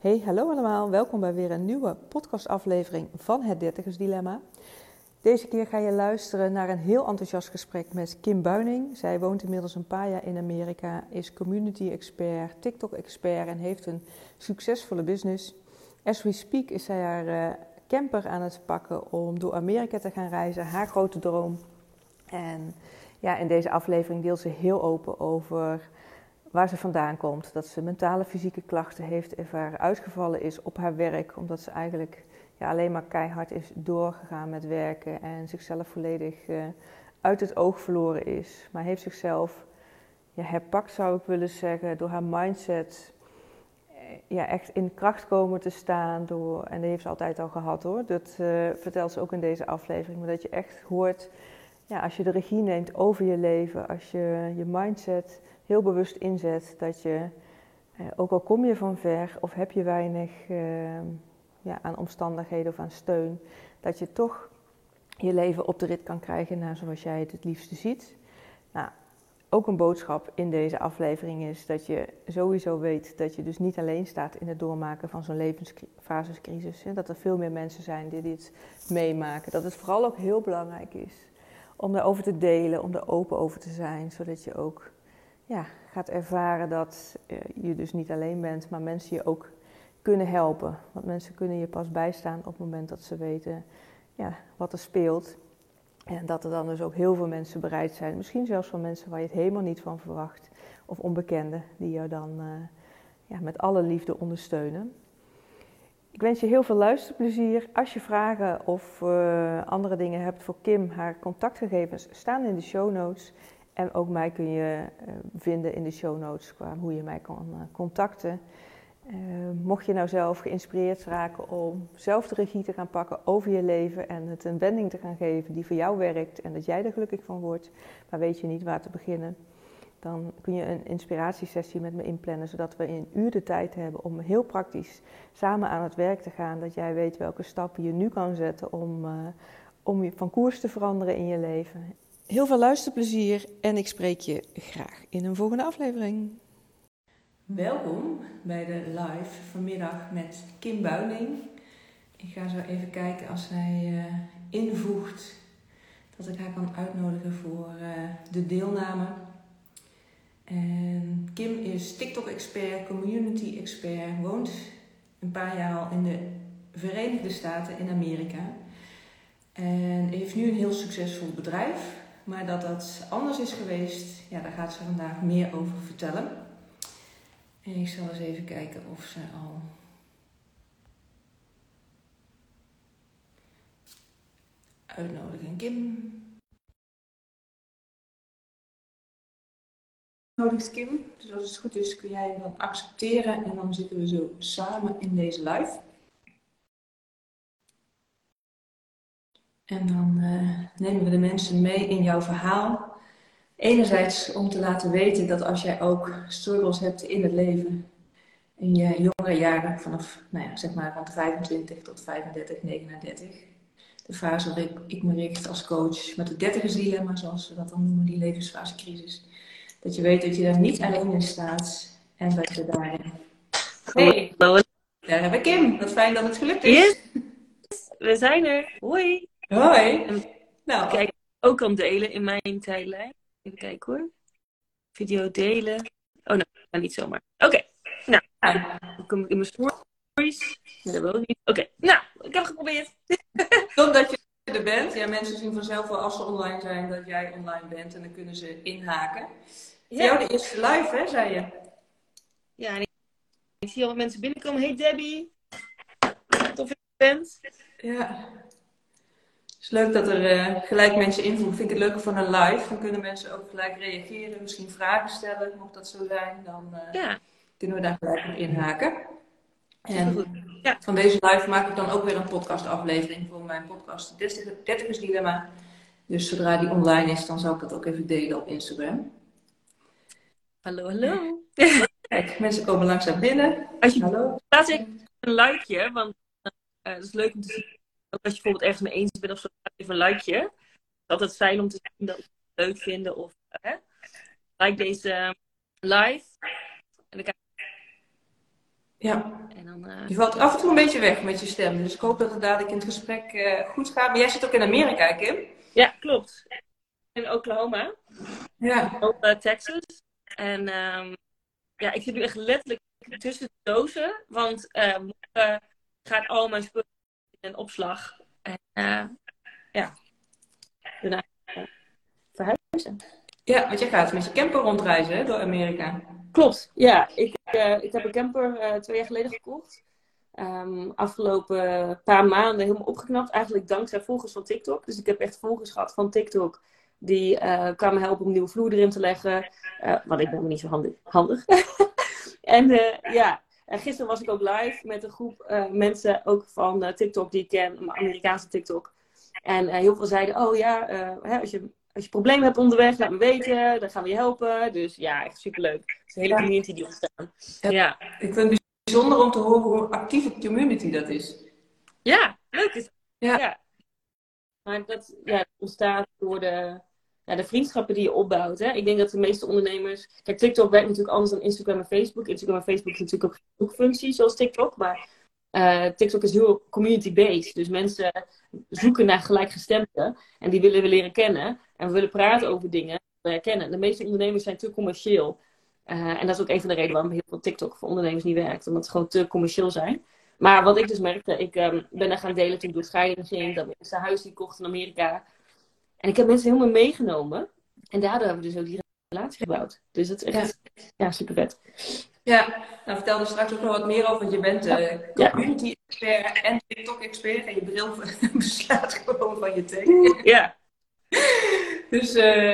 Hey, hallo allemaal. Welkom bij weer een nieuwe podcastaflevering van Het Dertigersdilemma. Deze keer ga je luisteren naar een heel enthousiast gesprek met Kim Buining. Zij woont inmiddels een paar jaar in Amerika, is community expert, TikTok expert en heeft een succesvolle business. As we speak is zij haar camper aan het pakken om door Amerika te gaan reizen, haar grote droom. En ja, in deze aflevering deelt ze heel open over waar ze vandaan komt. Dat ze mentale, fysieke klachten heeft ervaren, uitgevallen is op haar werk. Omdat ze eigenlijk alleen maar keihard is doorgegaan met werken en zichzelf volledig uit het oog verloren is. Maar heeft zichzelf herpakt, zou ik willen zeggen, door haar mindset echt in kracht komen te staan. En dat heeft ze altijd al gehad hoor. Dat vertelt ze ook in deze aflevering. Maar dat je echt hoort, als je de regie neemt over je leven, als je je mindset heel bewust inzet, dat je, ook al kom je van ver of heb je weinig aan omstandigheden of aan steun, dat je toch je leven op de rit kan krijgen naar zoals jij het liefste ziet. Nou, ook een boodschap in deze aflevering is dat je sowieso weet dat je dus niet alleen staat in het doormaken van zo'n levensfasescrisis. Dat er veel meer mensen zijn die dit meemaken. Dat het vooral ook heel belangrijk is om daarover te delen, om er open over te zijn, zodat je ook gaat ervaren dat je dus niet alleen bent, maar mensen je ook kunnen helpen. Want mensen kunnen je pas bijstaan op het moment dat ze weten wat er speelt. En dat er dan dus ook heel veel mensen bereid zijn, misschien zelfs van mensen waar je het helemaal niet van verwacht, of onbekenden, die jou dan met alle liefde ondersteunen. Ik wens je heel veel luisterplezier. Als je vragen of andere dingen hebt voor Kim, haar contactgegevens staan in de show notes. En ook mij kun je vinden in de show notes qua hoe je mij kan contacten. Mocht je nou zelf geïnspireerd raken om zelf de regie te gaan pakken over je leven en het een wending te gaan geven die voor jou werkt en dat jij er gelukkig van wordt, maar weet je niet waar te beginnen, dan kun je een inspiratiesessie met me inplannen, zodat we in een uur de tijd hebben om heel praktisch samen aan het werk te gaan, dat jij weet welke stappen je nu kan zetten om je van koers te veranderen in je leven. Heel veel luisterplezier en ik spreek je graag in een volgende aflevering. Welkom bij de live vanmiddag met Kim Buining. Ik ga zo even kijken als zij invoegt dat ik haar kan uitnodigen voor de deelname. En Kim is TikTok-expert, community-expert, woont een paar jaar al in de Verenigde Staten in Amerika. En heeft nu een heel succesvol bedrijf. Maar dat anders is geweest, daar gaat ze vandaag meer over vertellen. En ik zal eens even kijken of ze al uitnodigen. Kim. Nodigt Kim. Dus als het goed is kun jij hem dan accepteren en dan zitten we zo samen in deze live. En dan nemen we de mensen mee in jouw verhaal. Enerzijds om te laten weten dat als jij ook struggles hebt in het leven, in je jongere jaren, vanaf zeg maar rond 25 tot 35, 39. De fase waarin ik me richt als coach met het dertigersdilemma, zoals we dat dan noemen, die levensfasecrisis. Dat je weet dat je daar niet alleen in staat en dat je daarin... Hey, daar hebben we Kim. Wat fijn dat het gelukt is. Yes, we zijn er. Hoi. Hoi. Nou, kijk, ook kan delen in mijn tijdlijn. Even kijken hoor. Video delen. Oh, nou, niet zomaar. Oké. Nou, dan kom ik in mijn stories. Dat wil ik niet. Oké. Nou, ik heb het geprobeerd. Totdat je er bent. Ja, mensen zien vanzelf wel als ze online zijn dat jij online bent en dan kunnen ze inhaken. Voor jou de eerste live, hè, zei je? Ja, en ik zie al wat mensen binnenkomen. Hey Debbie. Tof dat je bent. Ja. Het is leuk dat er gelijk mensen invoegen. Vind ik het leuker van een live. Dan kunnen mensen ook gelijk reageren, misschien vragen stellen. Mocht dat zo zijn, dan kunnen we daar gelijk op inhaken. En van deze live maak ik dan ook weer een podcastaflevering voor mijn podcast Dertigersdilemma. Dus zodra die online is, dan zal ik dat ook even delen op Instagram. Hallo. Kijk, mensen komen langzaam binnen. Hallo. Laat ik een likeje, want het is leuk om te zien. Ook als je bijvoorbeeld ergens mee eens bent of zo, even een likeje. Het is altijd fijn om te zien dat we het leuk vinden. Of like deze live. En dan kijk... Ja. En dan, Je valt af en toe een beetje weg met je stem. Dus ik hoop dat het dadelijk in het gesprek goed gaat. Maar jij zit ook in Amerika, Kim? Ja, klopt. In Oklahoma. Ja. Ook Texas. En ja, ik zit nu echt letterlijk tussen de dozen. Want morgen gaat al mijn spullen in een opslag. En ja, daarna verhuizen. Ja, want jij gaat met je camper rondreizen, hè, door Amerika. Klopt, ja. Ik heb een camper 2 jaar geleden gekocht. Afgelopen paar maanden helemaal opgeknapt. Eigenlijk dankzij volgers van TikTok. Dus ik heb echt volgers gehad van TikTok. Die kwamen helpen om een nieuwe vloer erin te leggen. Want ik ben me niet zo handig. En ja, en gisteren was ik ook live met een groep mensen. Ook van TikTok die ik ken. Amerikaanse TikTok. En heel veel zeiden, oh ja, als je problemen hebt onderweg, laat me weten. Dan gaan we je helpen. Dus ja, echt superleuk. Het is een hele community die ontstaan. Ja. Ik vind het bijzonder om te horen hoe actief een community dat is. Ja, leuk is. Ja. Ja. Maar dat ontstaat door de vriendschappen die je opbouwt. Hè? Ik denk dat de meeste ondernemers... Kijk, TikTok werkt natuurlijk anders dan Instagram en Facebook. Instagram en Facebook is natuurlijk ook geen zoekfunctie zoals TikTok. Maar TikTok is heel community-based. Dus mensen zoeken naar gelijkgestemden. En die willen we leren kennen. En we willen praten over dingen. We herkennen. De meeste ondernemers zijn te commercieel. En dat is ook een van de redenen waarom heel veel TikTok voor ondernemers niet werkt. Omdat ze gewoon te commercieel zijn. Maar wat ik dus merkte, ik ben er gaan delen toen ik door scheiding ging. Dat mensen een huis die kocht in Amerika. En ik heb mensen helemaal meegenomen. En daardoor hebben we dus ook die relatie gebouwd. Dus dat is echt super vet. Ja, nou vertel er straks ook nog wat meer over. Want je bent community-expert en TikTok-expert. En je bril beslaat gewoon van je teken. Ja. Dus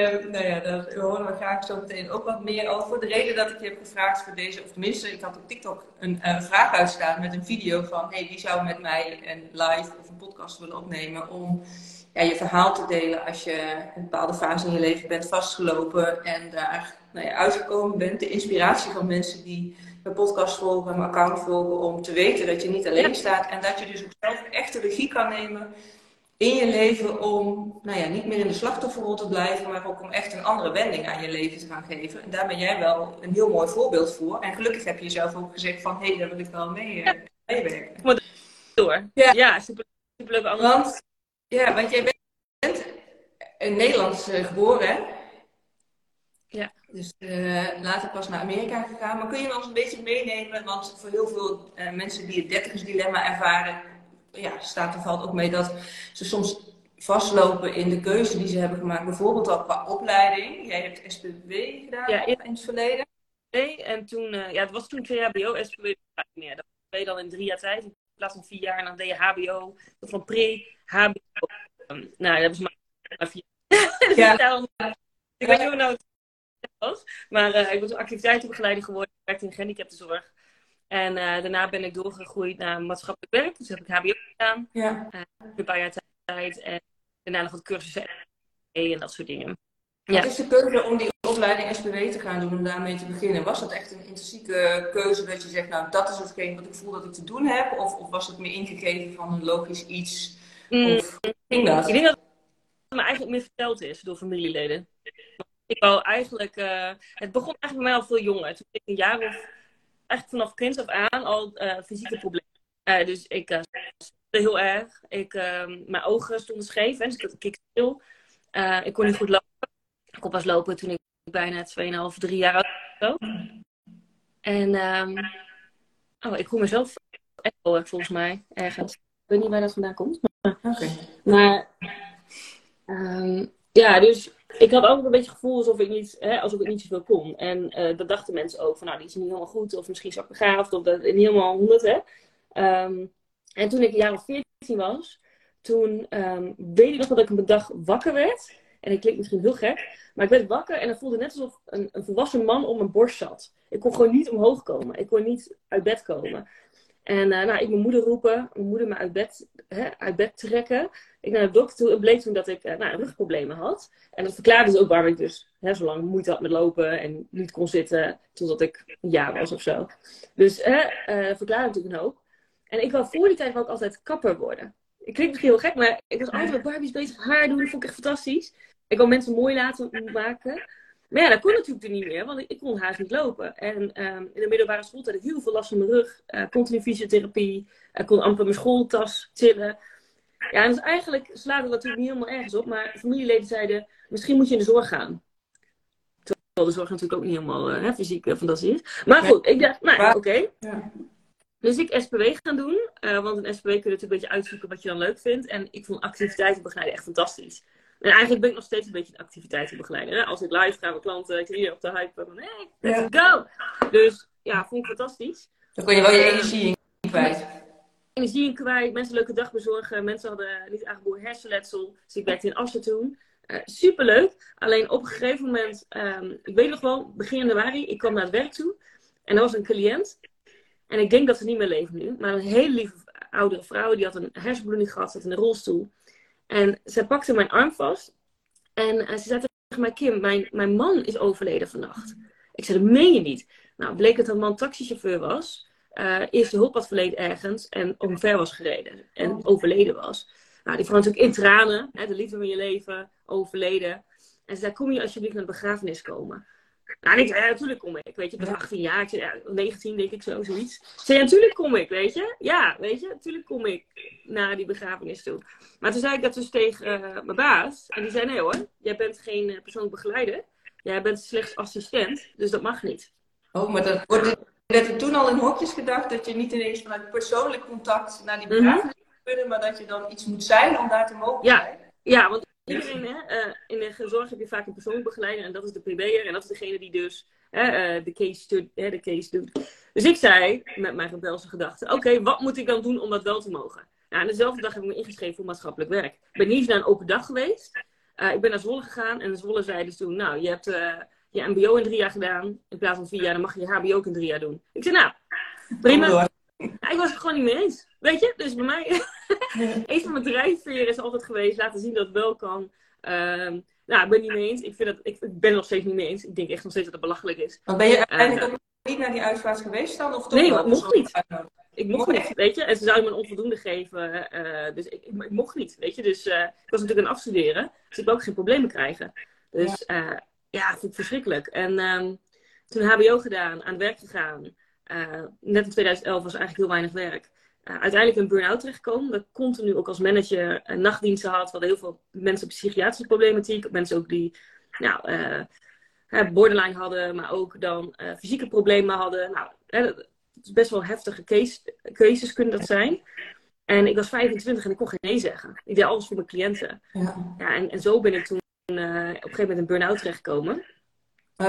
daar horen we graag zo meteen ook wat meer over. De reden dat ik je heb gevraagd voor deze, of tenminste, ik had op TikTok een vraag uitstaan met een video van, wie zou met mij een live of een podcast willen opnemen om je verhaal te delen als je een bepaalde fase in je leven bent vastgelopen en daar uitgekomen bent. De inspiratie van mensen die mijn podcast volgen, mijn account volgen, om te weten dat je niet alleen staat en dat je dus ook zelf echt de regie kan nemen in je leven om niet meer in de slachtofferrol te blijven, maar ook om echt een andere wending aan je leven te gaan geven. En daar ben jij wel een heel mooi voorbeeld voor. En gelukkig heb je zelf ook gezegd van, daar wil ik wel meewerken. Maar door. Ja, superleuk. Want jij bent in Nederland geboren, hè? Ja. Dus later pas naar Amerika gegaan. Maar kun je ons een beetje meenemen, want voor heel veel mensen die het dertigersdilemma ervaren, staat er valt ook mee dat ze soms vastlopen in de keuze die ze hebben gemaakt. Bijvoorbeeld al qua opleiding. Jij hebt SPW gedaan in het verleden. En toen, het was toen 2 HBO, SPW niet meer. Dat deed je dan in 3 jaar tijd. In plaats van 4 jaar en dan deed je HBO. Van pre-HBO. Dat hebben ze maar 4 jaar. Ik weet niet hoe nou het was. Maar ik ben toen activiteitenbegeleider geworden. Ik werkte in gehandicaptenzorg. En daarna ben ik doorgegroeid naar maatschappelijk werk. Dus heb ik HBO gedaan. Ja. Een paar jaar tijd. En daarna nog wat cursussen en dat soort dingen. Wat is de keuze om die opleiding SPW te gaan doen en daarmee te beginnen? Was dat echt een intrinsieke keuze dat je zegt, dat is hetgeen wat ik voel dat ik te doen heb? Of was het meer ingegeven van een logisch iets? Of ging dat? Ik denk dat het me eigenlijk meer verteld is door familieleden. Ik wou eigenlijk... het begon eigenlijk bij mij al veel jonger. Toen ik een jaar of... Eigenlijk vanaf kind af aan al fysieke problemen. Dus ik heel erg. Mijn ogen stonden scheef. Dus ik had een kikstil. Ik kon niet goed lopen. Ik kon pas lopen toen ik bijna 2,5, 3 jaar oud was. En ik hoor mezelf echt volgens mij ergens. Ik weet niet waar dat vandaan komt. Maar dus ik had altijd een beetje het gevoel alsof ik niet zoveel kon. En dat dachten mensen ook van, die is niet helemaal goed. Of misschien zwak begaafd. Of dat niet helemaal 100, hè. En toen ik een jaar of 14 was, toen weet ik nog dat ik op een dag wakker werd. En dat klinkt misschien heel gek. Maar ik werd wakker en het voelde net alsof een volwassen man op mijn borst zat. Ik kon gewoon niet omhoog komen. Ik kon niet uit bed komen. En ik mijn moeder roepen. Mijn moeder me uit bed trekken. Ik naar de dokter toe. Het bleek toen dat ik rugproblemen had. En dat verklaarde dus ook waarom ik dus zo lang moeite had met lopen. En niet kon zitten totdat ik een jaar was of zo. Dus verklaarde natuurlijk een hoop. En ik voor die tijd altijd kapper worden. Ik klinkt misschien heel gek, maar ik was altijd met Barbies bezig. Haar doen, dat vond ik echt fantastisch. Ik wou mensen mooi laten maken. Maar ja, dat kon natuurlijk niet meer, want ik kon haast niet lopen. En in de middelbare school had ik heel veel last van mijn rug. Continu fysiotherapie. Ik kon amper mijn schooltas tillen. Ja, en dus eigenlijk slaat het natuurlijk niet helemaal ergens op. Maar familieleden zeiden, misschien moet je in de zorg gaan. Terwijl de zorg natuurlijk ook niet helemaal fysiek fantastisch is. Maar goed, ik dacht, nou oké. Ja. Dus ik SPW gaan doen. Want een SPW kun je natuurlijk een beetje uitzoeken wat je dan leuk vindt. En ik vond activiteitenbegeleiden echt fantastisch. En eigenlijk ben ik nog steeds een beetje een activiteitenbegeleider. Hè? Als ik live ga met klanten, ik zit hier op de hype van, hey, let's go! Dus ja, vond ik fantastisch. Dan kun je wel je energie in kwijt. Energie in kwijt, mensen een leuke dag bezorgen. Mensen hadden niet aangeboren hersenletsel. Dus ik werkte in Assen toen. Superleuk. Alleen op een gegeven moment, ik weet nog wel, begin januari, ik kwam naar het werk toe. En er was een cliënt. En ik denk dat ze niet meer leven nu. Maar een hele lieve oudere vrouw, die had een hersenbloeding gehad, zat in een rolstoel. En zij pakte mijn arm vast. En ze zei tegen mij, Kim, mijn man is overleden vannacht. Ik zei, dat meen je niet. Nou, bleek dat een man taxichauffeur was. Eerst de hulp had verleend ergens. En omver was gereden. En overleden was. Nou, die vrouw natuurlijk in tranen. Hè, de liefde van je leven. Overleden. En ze zei, kom je alsjeblieft naar de begrafenis komen? Nou, en ik zei, ja, natuurlijk kom ik. Weet je, ik was 18 jaar. Ik zei, ja, 19 denk ik zo, zoiets. Ik zei, ja, natuurlijk kom ik, weet je. Ja, weet je, natuurlijk kom ik naar die begrafenis toe. Maar toen zei ik dat dus tegen mijn baas. En die zei, nee hoor, jij bent geen persoonlijk begeleider. Jij bent slechts assistent, dus dat mag niet. Oh, maar dat werd er toen al in hokjes gedacht dat je niet ineens vanuit persoonlijk contact naar die begrafenis moet kunnen, maar dat je dan iets moet zijn om daar te mogen zijn. Ja, want iedereen, in de zorg heb je vaak een persoonlijk begeleider en dat is de PB'er en dat is degene die dus de case doet. Dus ik zei, met mijn rebelse gedachten, oké, wat moet ik dan doen om dat wel te mogen? Nou, en dezelfde dag heb ik me ingeschreven voor maatschappelijk werk. Ik ben niet eens naar een open dag geweest. Ik ben naar Zwolle gegaan en Zwolle zei dus toen, nou, je hebt je mbo in 3 jaar gedaan, in plaats van 4 jaar, dan mag je je hbo ook in 3 jaar doen. Ik zei, nou, prima. Nou, ik was het gewoon niet mee eens. Weet je? Dus bij mij, een van mijn drijfveren is altijd geweest, laten zien dat het wel kan. Nou, ik ben niet mee eens. Ik ben er nog steeds niet mee eens. Ik denk echt nog steeds dat het belachelijk is. Want ben je uiteindelijk ook niet naar die uitvaart geweest dan? Of toch nee, wel? ik mocht niet. Ik mocht niet, weet je. En ze zouden me een onvoldoende geven. Dus ik mocht niet, weet je. Dus ik was natuurlijk aan het afstuderen. Dus ik wou ook geen problemen krijgen. Dus ja, vond ik verschrikkelijk. En toen hbo gedaan, aan het werk gegaan. Net in 2011 was eigenlijk heel weinig werk. Uiteindelijk in burn-out terechtgekomen. Dat continu ook als manager nachtdiensten had. We hadden heel veel mensen met psychiatrische problematiek. Mensen ook die borderline hadden. Maar ook dan fysieke problemen hadden. Nou, het is best wel heftige cases kunnen dat zijn. En ik was 25 en ik kon geen nee zeggen. Ik deed alles voor mijn cliënten. Ja, en zo ben ik toen op een gegeven moment in burn-out terechtgekomen. En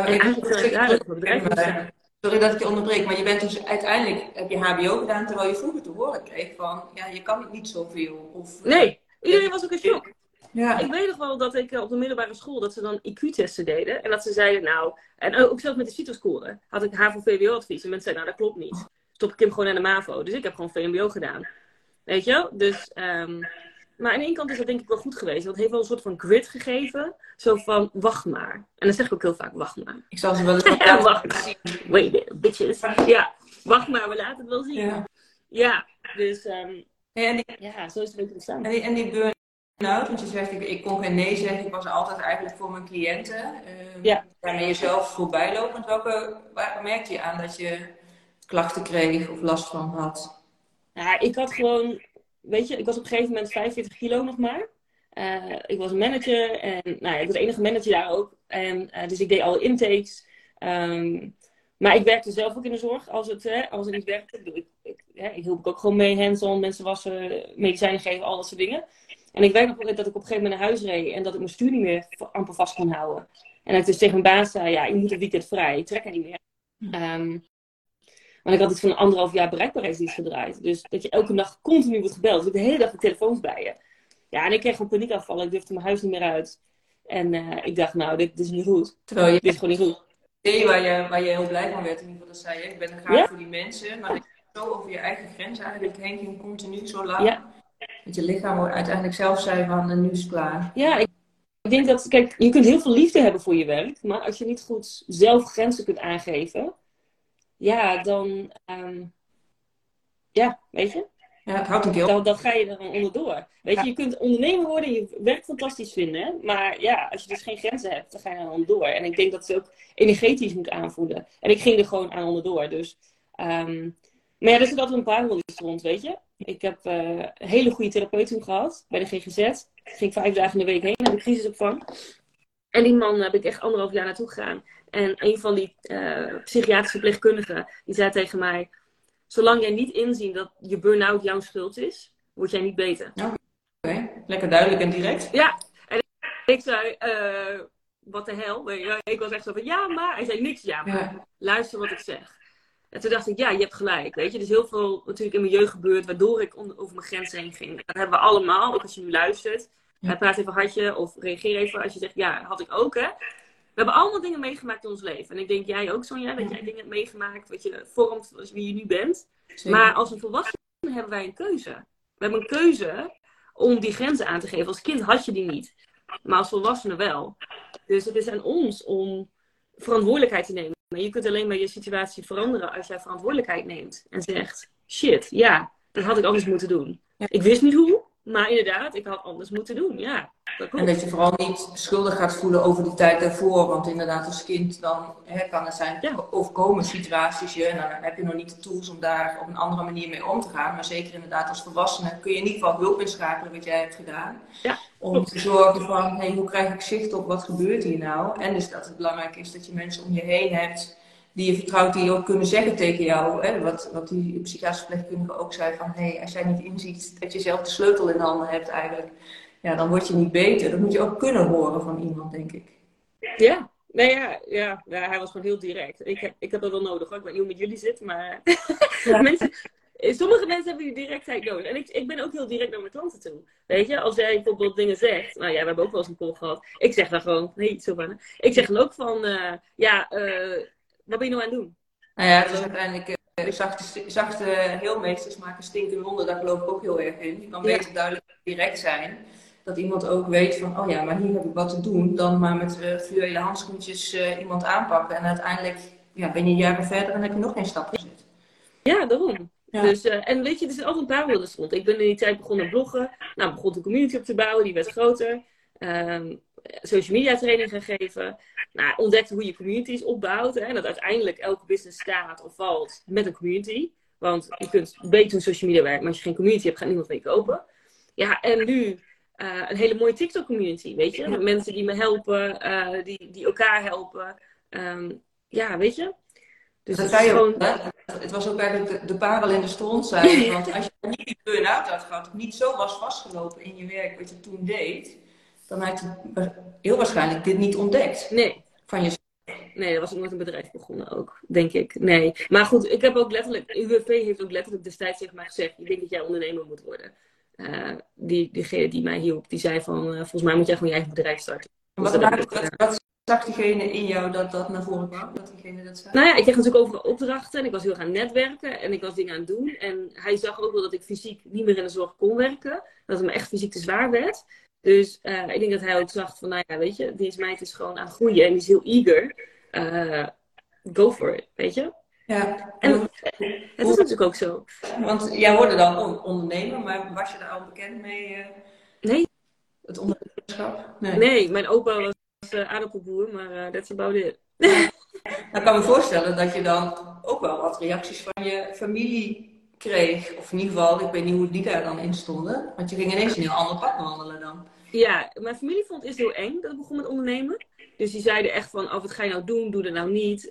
sorry dat ik je onderbreek, maar je bent dus uiteindelijk, heb je hbo gedaan terwijl je vroeger te horen kreeg van, ja, je kan niet zoveel. Of, nee, iedereen was ook in shock. Ja. Ik weet nog wel dat ik op de middelbare school, dat ze dan IQ-testen deden. En dat ze zeiden, nou, en ook zelfs met de CITO-score, had ik HAVO-VWO-advies. En mensen zeiden, nou, dat klopt niet. Stop ik hem gewoon naar de MAVO. Dus ik heb gewoon VMBO gedaan. Weet je wel? Dus, maar aan de ene kant is dat denk ik wel goed geweest. Want het heeft wel een soort van grid gegeven. Zo van, wacht maar. En dan zeg ik ook heel vaak, wacht maar. Ik zal ze wel eens wacht maar. Wait there, bitches. Ja, wacht maar, we laten het wel zien. Ja, dus ja, zo is het een beetje ontstaan. En die burn-out, want je zegt, ik kon geen nee zeggen. Ik was altijd eigenlijk voor mijn cliënten. Daarmee jezelf voorbijlopend. Waar merkte je aan dat je klachten kreeg of last van had? Ja, ik had gewoon, weet je, ik was op een gegeven moment 45 kilo nog maar. Ik was manager en nou ja, ik was de enige manager daar ook. En, dus ik deed alle intakes. Maar ik werkte zelf ook in de zorg als het niet werkte. Ik hielp ook gewoon mee, hands-on, mensen wassen, medicijnen geven, al dat soort dingen. En ik weet nog dat ik op een gegeven moment naar huis reed en dat ik mijn stuur niet meer amper vast kon houden. En dat ik dus tegen mijn baas zei, ja, je moet een weekend vrij, ik trek er niet meer. Want ik had iets van 1,5 jaar bereikbaarheidsdienst gedraaid. Dus dat je elke dag continu wordt gebeld. Dus ik heb de hele dag de telefoons bij je. Ja, en ik kreeg gewoon paniekaanvallen. Ik durfde mijn huis niet meer uit. En ik dacht, nou, dit is niet goed. Terwijl je, dit is gewoon niet goed. Waar je heel blij van werd, in ieder geval, dat zei je. Ik ben graag voor die mensen. Maar dat je zo over je eigen grens eigenlijk heen ging, continu zo lang. Ja. Dat je lichaam uiteindelijk zelf zei van, nu is het klaar. Ja, ik denk dat, kijk, je kunt heel veel liefde hebben voor je werk. Maar als je niet goed zelf grenzen kunt aangeven. Ja, dan... ja, weet je. Ja, het houdt een keer op. Dat ga je er dan onderdoor. Weet je, je kunt ondernemer worden en je werk fantastisch vinden. Maar ja, als je dus geen grenzen hebt, dan ga je er onderdoor. En ik denk dat ze ook energetisch moet aanvoelen. En ik ging er gewoon aan onderdoor. Dus, maar ja, er zit altijd een paar rolletjes rond, weet je. Ik heb een hele goede therapeut toen gehad bij de GGZ. Ik ging 5 dagen in de week heen naar de crisisopvang. En die man heb ik echt 1,5 jaar naartoe gegaan. En een van die psychiatrische verpleegkundigen, die zei tegen mij: zolang jij niet inziet dat je burn-out jouw schuld is, word jij niet beter. Oké. Lekker duidelijk en direct. Ja, en ik zei, wat de hel? Ik was echt zo van, ja maar. Hij zei niks, ja maar. Ja. Luister wat ik zeg. En toen dacht ik, ja, je hebt gelijk. Weet je, er is heel veel natuurlijk in mijn jeugd gebeurd, waardoor ik over mijn grenzen heen ging. Dat hebben we allemaal, ook als je nu luistert. Praat even hartje of reageer even als je zegt, ja, had ik ook, hè. We hebben allemaal dingen meegemaakt in ons leven. En ik denk, jij ook, Sonja, dat jij dingen hebt meegemaakt, wat je vormt wie je nu bent. Zeker. Maar als een volwassene hebben wij een keuze. We hebben een keuze om die grenzen aan te geven. Als kind had je die niet. Maar als volwassene wel. Dus het is aan ons om verantwoordelijkheid te nemen. Maar je kunt alleen maar je situatie veranderen als jij verantwoordelijkheid neemt. En zegt, shit, ja, dat had ik anders moeten doen. Ja. Ik wist niet hoe, maar inderdaad, ik had anders moeten doen. Ja, dat klopt. En dat je vooral niet schuldig gaat voelen over die tijd daarvoor. Want inderdaad, als kind dan kan het zijn overkomen situaties. En dan heb je nog niet de tools om daar op een andere manier mee om te gaan. Maar zeker inderdaad als volwassene kun je in ieder geval hulp inschakelen wat jij hebt gedaan. Ja, om te zorgen van, hoe krijg ik zicht op wat gebeurt hier nou? En dus dat het belangrijk is dat je mensen om je heen hebt die je vertrouwt, die ook kunnen zeggen tegen jou. Wat die psychiatrische verpleegkundige ook zei van, als jij niet inziet dat je zelf de sleutel in handen hebt eigenlijk. Ja, dan word je niet beter. Dat moet je ook kunnen horen van iemand, denk ik. Ja, nee, ja, hij was gewoon heel direct. Ik heb dat wel nodig hoor. Ik weet niet hoe het met jullie zit, maar sommige mensen hebben die directheid nodig. En ik ben ook heel direct naar mijn klanten toe. Weet je, als jij bijvoorbeeld dingen zegt. Nou ja, we hebben ook wel eens een call gehad. Ik zeg dan gewoon, Sylvana. Ik zeg dan ook van, wat ben je nou aan het doen? Nou ja, het is uiteindelijk... zachte heelmeesters maken stinkende wonden, daar geloof ik ook heel erg in. Je kan beter duidelijk direct zijn. Dat iemand ook weet van, oh ja, maar hier heb ik wat te doen. Dan maar met fluwelen handschoentjes iemand aanpakken. En uiteindelijk ben je jaren verder en heb je nog geen stap gezet. Ja, daarom. Ja. Dus, en weet je, er zijn altijd een paar wildes rond. Ik ben in die tijd begonnen bloggen. Nou, begon de community op te bouwen, die werd groter. Social media training gaan geven. Nou, ontdekte hoe je communities opbouwt. En dat uiteindelijk elke business staat of valt met een community. Want je kunt beter doen social media werken, maar als je geen community hebt, gaat niemand mee kopen. Ja, en nu een hele mooie TikTok community, weet je. Met mensen die me helpen, die elkaar helpen. Weet je. Dus dat zei je gewoon... Het was ook eigenlijk de parel in de stront zijn. Want als je niet die burn-out had gehad, of niet zo was vastgelopen in je werk wat je toen deed, dan had je heel waarschijnlijk dit niet ontdekt. Nee. Van jezelf. Nee, dat was ook nooit een bedrijf begonnen ook, denk ik. Nee. Maar goed, ik heb ook letterlijk, UWV heeft ook letterlijk destijds tegen mij gezegd, ik denk dat jij ondernemer moet worden. Diegene die mij hielp, die zei van, volgens mij moet jij gewoon je eigen bedrijf starten. Wat zag diegene in jou dat naar voren kwam? Dat diegene dat zei? Nou ja, ik kreeg natuurlijk overal opdrachten en ik was heel gaan netwerken en ik was dingen aan het doen. En hij zag ook wel dat ik fysiek niet meer in de zorg kon werken. Dat het me echt fysiek te zwaar werd. Dus ik denk dat hij ook zag van, nou ja, weet je, deze meid is gewoon aan het groeien en die is heel eager. Go for it, weet je? Ja. En het is natuurlijk ook zo. Want jij hoorde dan ondernemer, maar was je daar al bekend mee? Nee. Het ondernemerschap? Nee, mijn opa was aardappelboer, maar that's about it. Nou, ik kan me voorstellen dat je dan ook wel wat reacties van je familie kreeg. Of in ieder geval, ik weet niet hoe die daar dan in stonden. Want je ging ineens een heel ander pad wandelen dan. Ja, mijn familie vond het eerst heel eng dat ik begon met ondernemen. Dus die zeiden echt van, wat ga je nou doen? Doe dat nou niet.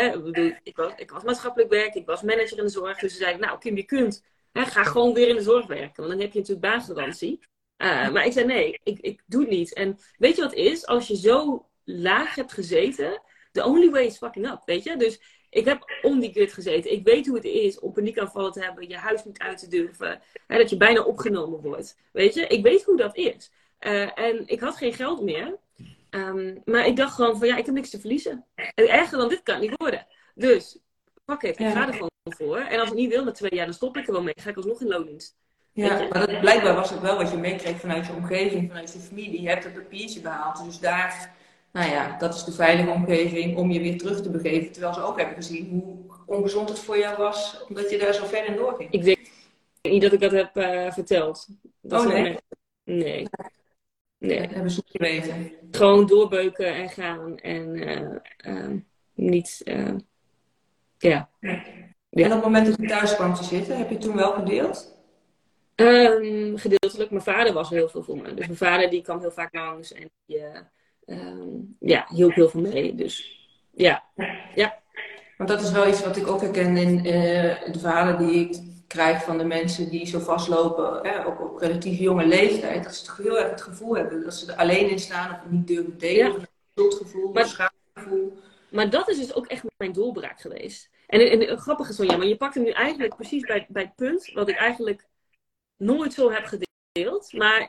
Ik was maatschappelijk werk, ik was manager in de zorg. Dus ze zeiden, nou Kim, je kunt. Ga gewoon weer in de zorg werken. Want dan heb je natuurlijk baangarantie. Maar ik zei, nee, ik doe het niet. En weet je wat het is? Als je zo laag hebt gezeten, the only way is fucking up, weet je? Dus ik heb om die kut gezeten. Ik weet hoe het is om paniekaanvallen te hebben, je huis niet uit te durven. Dat je bijna opgenomen wordt. Weet je? Ik weet hoe dat is. En ik had geen geld meer. Maar ik dacht gewoon van, ik heb niks te verliezen. En erger dan dit kan het niet worden. Dus, fuck it, ik ga er gewoon voor. En als ik niet wil met 2 jaar, dan stop ik er wel mee. Ga ik alsnog in loondienst. Ja, maar blijkbaar was het wel wat je meekreeg vanuit je omgeving, vanuit je familie. Je hebt het papiertje behaald. Dus daar, dat is de veilige omgeving om je weer terug te begeven. Terwijl ze ook hebben gezien hoe ongezond het voor jou was, omdat je daar zo ver in doorging. Ik denk niet dat ik dat heb verteld. Dat Oh, zijn nee? Nee. Nee. Dat hebben ze niet geweten. Gewoon doorbeuken en gaan. En niet... ja. Nee. Ja. En op het moment dat je thuis kwam te zitten, heb je toen wel gedeeld? Gedeeltelijk. Mijn vader was er heel veel voor me. Dus mijn vader die kwam heel vaak langs. En die hielp heel veel mee. Dus ja. Want dat is wel iets wat ik ook herken in de verhalen die ik krijg van de mensen die zo vastlopen, ook op relatief jonge leeftijd. Dat ze toch heel erg het gevoel hebben dat ze er alleen in staan of niet durven delen. Of een schuldgevoel, een schaamgevoel. Maar dat is dus ook echt mijn doorbraak geweest. En grappig is van ja, maar je pakt hem nu eigenlijk precies bij het punt wat ik eigenlijk nooit zo heb gedeeld. Maar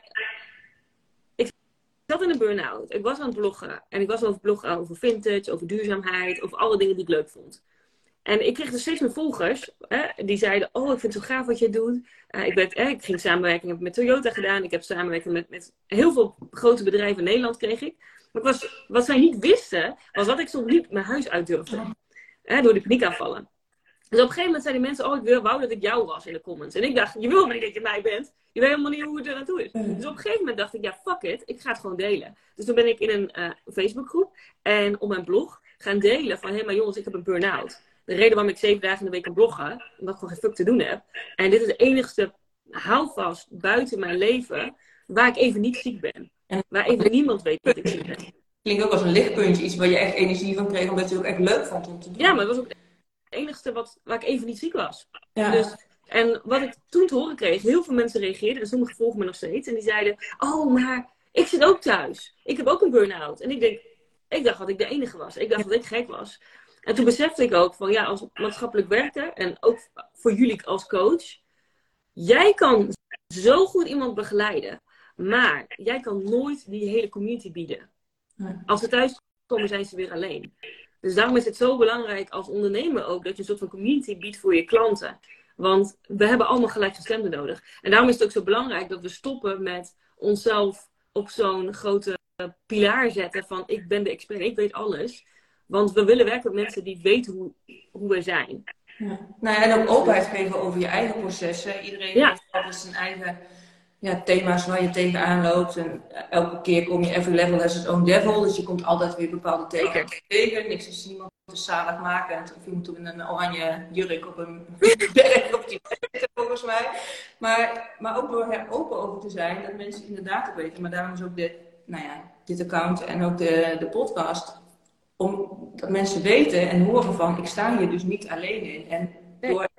ik zat in een burn-out. Ik was aan het bloggen. En ik was aan het bloggen over vintage, over duurzaamheid, over alle dingen die ik leuk vond. En ik kreeg dus steeds meer volgers. Die zeiden, oh, ik vind het zo gaaf wat je doet. Ik ging samenwerking heb met Toyota gedaan. Ik heb samenwerking met heel veel grote bedrijven in Nederland kreeg ik. Maar wat zij niet wisten, was dat ik soms niet mijn huis uit durfde. Door die paniekaanvallen. Dus op een gegeven moment zeiden die mensen, oh, wou dat ik jou was in de comments. En ik dacht, je wil maar niet dat je mij bent. Je weet helemaal niet hoe het er naartoe is. Dus op een gegeven moment dacht ik, ja, fuck it. Ik ga het gewoon delen. Dus toen ben ik in een Facebookgroep en op mijn blog gaan delen van, hé, maar jongens, ik heb een burn-out. De reden waarom ik 7 dagen in de week kan bloggen, omdat ik gewoon geen fuck te doen heb. En dit is de enigste houvast buiten mijn leven waar ik even niet ziek ben. En waar even niemand weet dat ik ziek ben. Klinkt ook als een lichtpuntje, iets waar je echt energie van kreeg, omdat je het ook echt leuk vond om te doen. Ja, maar het was ook het enigste waar ik even niet ziek was. Ja. Dus, en wat ik toen te horen kreeg, heel veel mensen reageerden, en sommigen volgen me nog steeds, en die zeiden, oh, maar ik zit ook thuis. Ik heb ook een burn-out. En ik dacht dat ik de enige was. Ik dacht dat ik gek was. En toen besefte ik ook van, ja, als maatschappelijk werker, en ook voor jullie als coach, jij kan zo goed iemand begeleiden, maar jij kan nooit die hele community bieden. Als ze thuis komen, zijn ze weer alleen. Dus daarom is het zo belangrijk als ondernemer ook, dat je een soort van community biedt voor je klanten. Want we hebben allemaal gelijkgestemden nodig. En daarom is het ook zo belangrijk dat we stoppen met onszelf op zo'n grote pilaar zetten van ik ben de expert, ik weet alles. Want we willen werken met mensen die weten hoe we zijn. Ja. Nou ja, en ook openheid geven over je eigen processen. Iedereen heeft altijd zijn eigen thema's waar je tegenaan loopt. En elke keer kom je, every level has its own devil. Dus je komt altijd weer bepaalde tekens tegen. Niks is niemand is zalig maken. Of je moet in een oranje jurk op een berg op die berg, volgens mij. Maar ook door er open over te zijn, dat mensen inderdaad ook weten. Maar daarom is ook dit account en ook de podcast. Dat mensen weten en horen van, ik sta hier dus niet alleen in. En door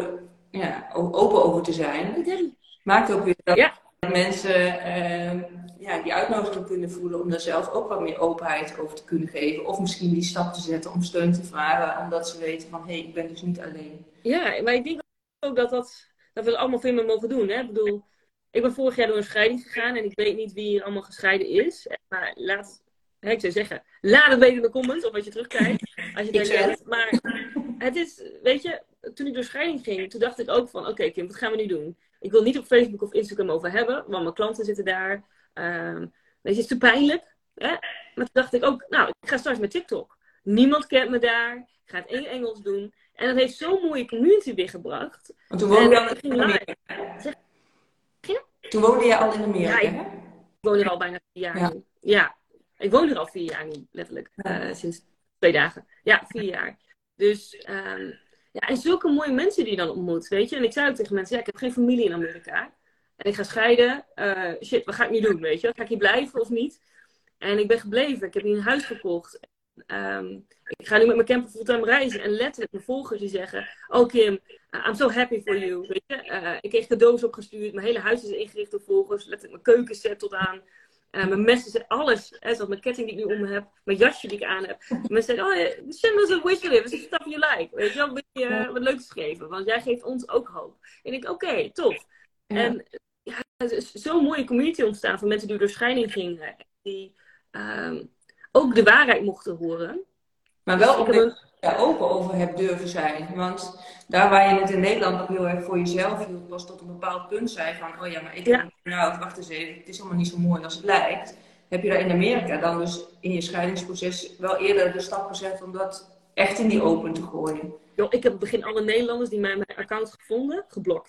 open over te zijn, maakt ook weer dat mensen die uitnodiging kunnen voelen om daar zelf ook wat meer openheid over te kunnen geven. Of misschien die stap te zetten om steun te vragen, omdat ze weten van, hé, ik ben dus niet alleen. Ja, maar ik denk ook dat we het allemaal veel meer mogen doen. Hè? Ik bedoel, ik ben vorig jaar door een scheiding gegaan en ik weet niet wie hier allemaal gescheiden is. Maar ik zou zeggen, laat het weten in de comments of als je terugkijkt. Als je het herkent. Maar het is, weet je, toen ik door scheiding ging, toen dacht ik ook van, oké, Kim, wat gaan we nu doen? Ik wil niet op Facebook of Instagram over hebben, want mijn klanten zitten daar. Weet je, het is te pijnlijk. Hè? Maar toen dacht ik ook, nou, ik ga straks met TikTok. Niemand kent me daar. Ik ga het in Engels doen. En dat heeft zo'n mooie community weer gebracht. Want toen woonde je al in Amerika. Toen woonde je al in Amerika, ja, ik woon er al bijna 4 jaar nu. Ja, ik woon er al 4 jaar nu, letterlijk. Sinds 2 dagen. Ja, 4 jaar. Dus, en zulke mooie mensen die je dan ontmoet, weet je. En ik zei ook tegen mensen, ik heb geen familie in Amerika. En ik ga scheiden. Shit, wat ga ik nu doen, weet je? Ga ik hier blijven of niet? En ik ben gebleven. Ik heb hier een huis gekocht. Ik ga nu met mijn camper fulltime reizen. En letterlijk mijn volgers die zeggen, oh Kim, I'm so happy for you. Weet je? Ik kreeg cadeaus opgestuurd. Mijn hele huis is ingericht door volgers. Letterlijk mijn keukenset tot aan. Mijn messen, alles. Zoals mijn ketting die ik nu om me heb. Mijn jasje die ik aan heb. Mensen zeggen, oh, send us a wishlist. What is stuff you like? Weet je wel, een beetje wat leuks geven. Want jij geeft ons ook hoop. En ik oké, tof. Ja. En het is zo'n mooie community ontstaan van mensen die door scheiding gingen. Die ook de waarheid mochten horen. Maar wel omdat je daar open over hebt durven zijn. Want daar waar je het in Nederland nog heel erg voor jezelf hield, was tot een bepaald punt zei van, oh ja, maar ik heb wacht eens even, het is allemaal niet zo mooi als het lijkt. Heb je daar in Amerika dan dus in je scheidingsproces wel eerder de stap gezet om dat echt in die open te gooien? Ik heb op het begin alle Nederlanders die mijn account gevonden, geblokt.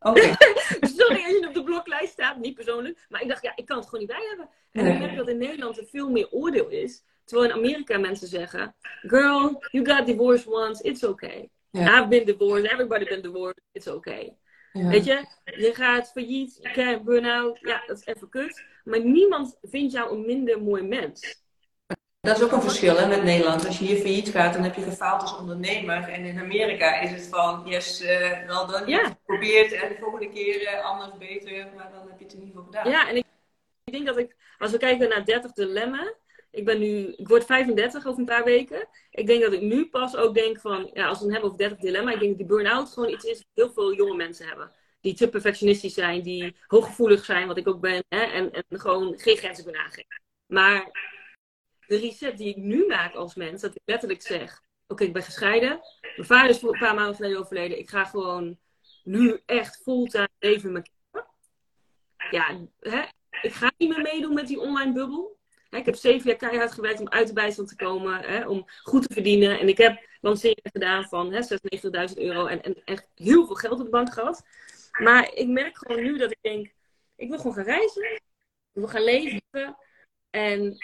Oké. Sorry als je op de bloklijst staat, niet persoonlijk. Maar ik dacht, ja, ik kan het gewoon niet bij hebben. En ik merk dat in Nederland er veel meer oordeel is. Terwijl in Amerika mensen zeggen, girl, you got divorced once, it's okay. Ja. I've been divorced, everybody been divorced, it's okay. Ja. Weet je gaat failliet, je krijgt burn-out, ja, dat is even kut. Maar niemand vindt jou een minder mooi mens. Dat is ook een verschil hè, met Nederland. Als je hier failliet gaat, dan heb je gefaald als ondernemer. En in Amerika is het van, yes, wel dan je hebt het geprobeerd en de volgende keer anders, beter. Maar dan heb je het in ieder geval gedaan. Ja, en ik denk dat als we kijken naar 30 dilemma. Ik word 35 over een paar weken. Ik denk dat ik nu pas ook denk van, ja, als we het hebben over 30 dilemma. Ik denk dat die burn-out gewoon iets is wat heel veel jonge mensen hebben. Die te perfectionistisch zijn, die hooggevoelig zijn, wat ik ook ben. Hè, en gewoon geen grenzen kunnen aangeven. Maar de reset die ik nu maak als mens, dat ik letterlijk zeg, oké, ik ben gescheiden. Mijn vader is een paar maanden geleden overleden. Ik ga gewoon nu echt fulltime leven met mijn kinderen. Ja, ik ga niet meer meedoen met die online bubbel. Ik heb 7 jaar keihard gewerkt om uit de bijstand te komen, om goed te verdienen. En ik heb lanceringen gedaan van 96.000 euro en echt heel veel geld op de bank gehad. Maar ik merk gewoon nu dat ik denk, ik wil gewoon gaan reizen. Ik wil gaan leven. En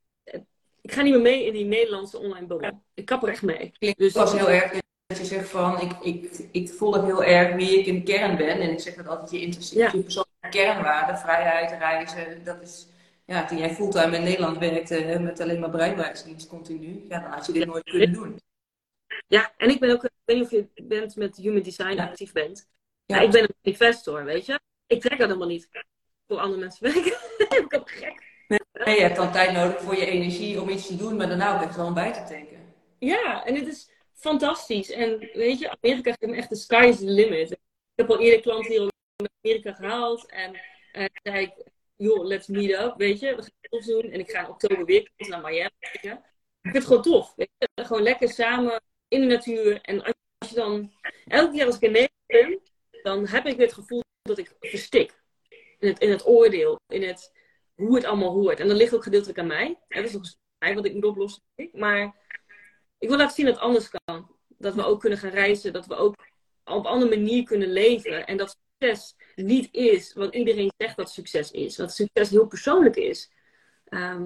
ik ga niet meer mee in die Nederlandse online bubbel. Ik kap er echt mee. Dus dat was heel erg dat je zegt van, ik volg heel erg wie ik in de kern ben. En ik zeg dat altijd, je persoonlijke kernwaarden, vrijheid, reizen, dat is... Ja, toen jij fulltime in Nederland werkte met alleen maar bruikbaarheidsdienst continu, ja, dan had je dit nooit kunnen doen. Ja, en ik ben ook, ik weet niet of je met human design actief bent. Ja. Ik ben een manifestor, weet je. Ik trek dat helemaal niet voor andere mensen werken. Ik ben gek. Nee, je hebt dan tijd nodig voor je energie om iets te doen, maar daarna ook echt gewoon bij te tanken. Ja, en het is fantastisch. En weet je, Amerika geeft me echt de sky is the limit. Ik heb al eerder klanten hier in Amerika gehaald en zei ik, joh, let's meet up, weet je. We gaan het tof doen. En ik ga in oktober weer naar Miami. Ik vind het gewoon tof, weet je. Gewoon lekker samen in de natuur. En als je dan... Elke keer als ik in Nederland ben, dan heb ik weer het gevoel dat ik verstik. In het oordeel. In hoe het allemaal hoort. En dat ligt ook gedeeltelijk aan mij. Dat is nog een stuk aan mij wat ik moet oplossen. Maar ik wil laten zien dat het anders kan. Dat we ook kunnen gaan reizen. Dat we ook op een andere manier kunnen leven. En dat succes niet is wat iedereen zegt dat succes is. Dat succes heel persoonlijk is. Ja.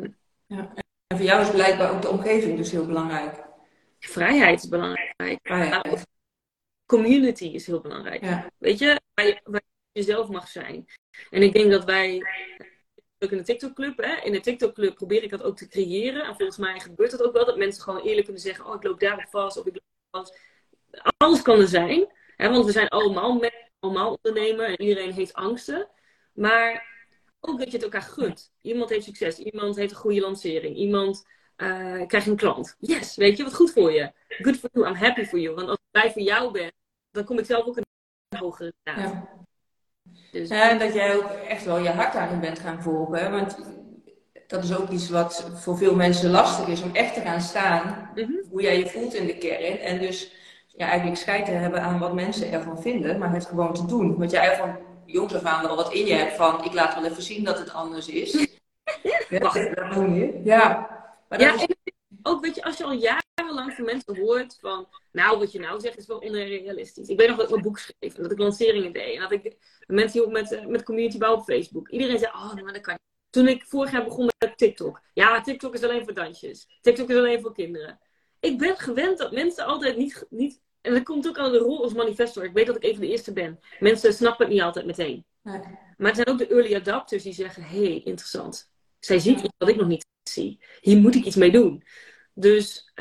En voor jou is blijkbaar ook de omgeving dus heel belangrijk. Vrijheid is belangrijk. Vrijheid. Community is heel belangrijk. Ja. Weet je, waar je jezelf mag zijn. En ik denk dat wij, ook in de TikTok-club, in de TikTok-club probeer ik dat ook te creëren. En volgens mij gebeurt dat ook wel. Dat mensen gewoon eerlijk kunnen zeggen, oh, ik loop daarop vast. Of ik loop vast. Alles kan er zijn. Want we zijn allemaal ondernemer en iedereen heeft angsten. Maar ook dat je het elkaar gunt. Iemand heeft succes. Iemand heeft een goede lancering. Iemand krijgt een klant. Yes, weet je, wat goed voor je. Good for you, I'm happy for you. Want als ik blij voor jou ben, dan kom ik zelf ook een hogere staat. Ja. Dus... Ja, en dat jij ook echt wel je hart daarin bent gaan volgen. Want dat is ook iets wat voor veel mensen lastig is. Om echt te gaan staan. Hoe jij je voelt in de kern. En dus eigenlijk scheid te hebben aan wat mensen ervan vinden. Maar het gewoon te doen. Want jij van jongs af aan wel wat in je hebt van, ik laat wel even zien dat het anders is. Wacht, dat doe je. Ja. Maar dat is... en ook, weet je, als je al jarenlang van mensen hoort van, nou, wat je nou zegt is wel onrealistisch. Ik weet nog dat ik een boek schreef en dat ik lanceringen deed. En dat ik mensen hielp met community bouw op Facebook. Iedereen zei, oh, maar dat kan niet. Toen ik vorig jaar begon met TikTok. Ja, TikTok is alleen voor dansjes. TikTok is alleen voor kinderen. Ik ben gewend dat mensen altijd niet en dat komt ook aan de rol als manifestor. Ik weet dat ik even de eerste ben. Mensen snappen het niet altijd meteen. Nee. Maar het zijn ook de early adapters die zeggen, hey, interessant. Zij ziet iets wat ik nog niet zie. Hier moet ik iets mee doen. Dus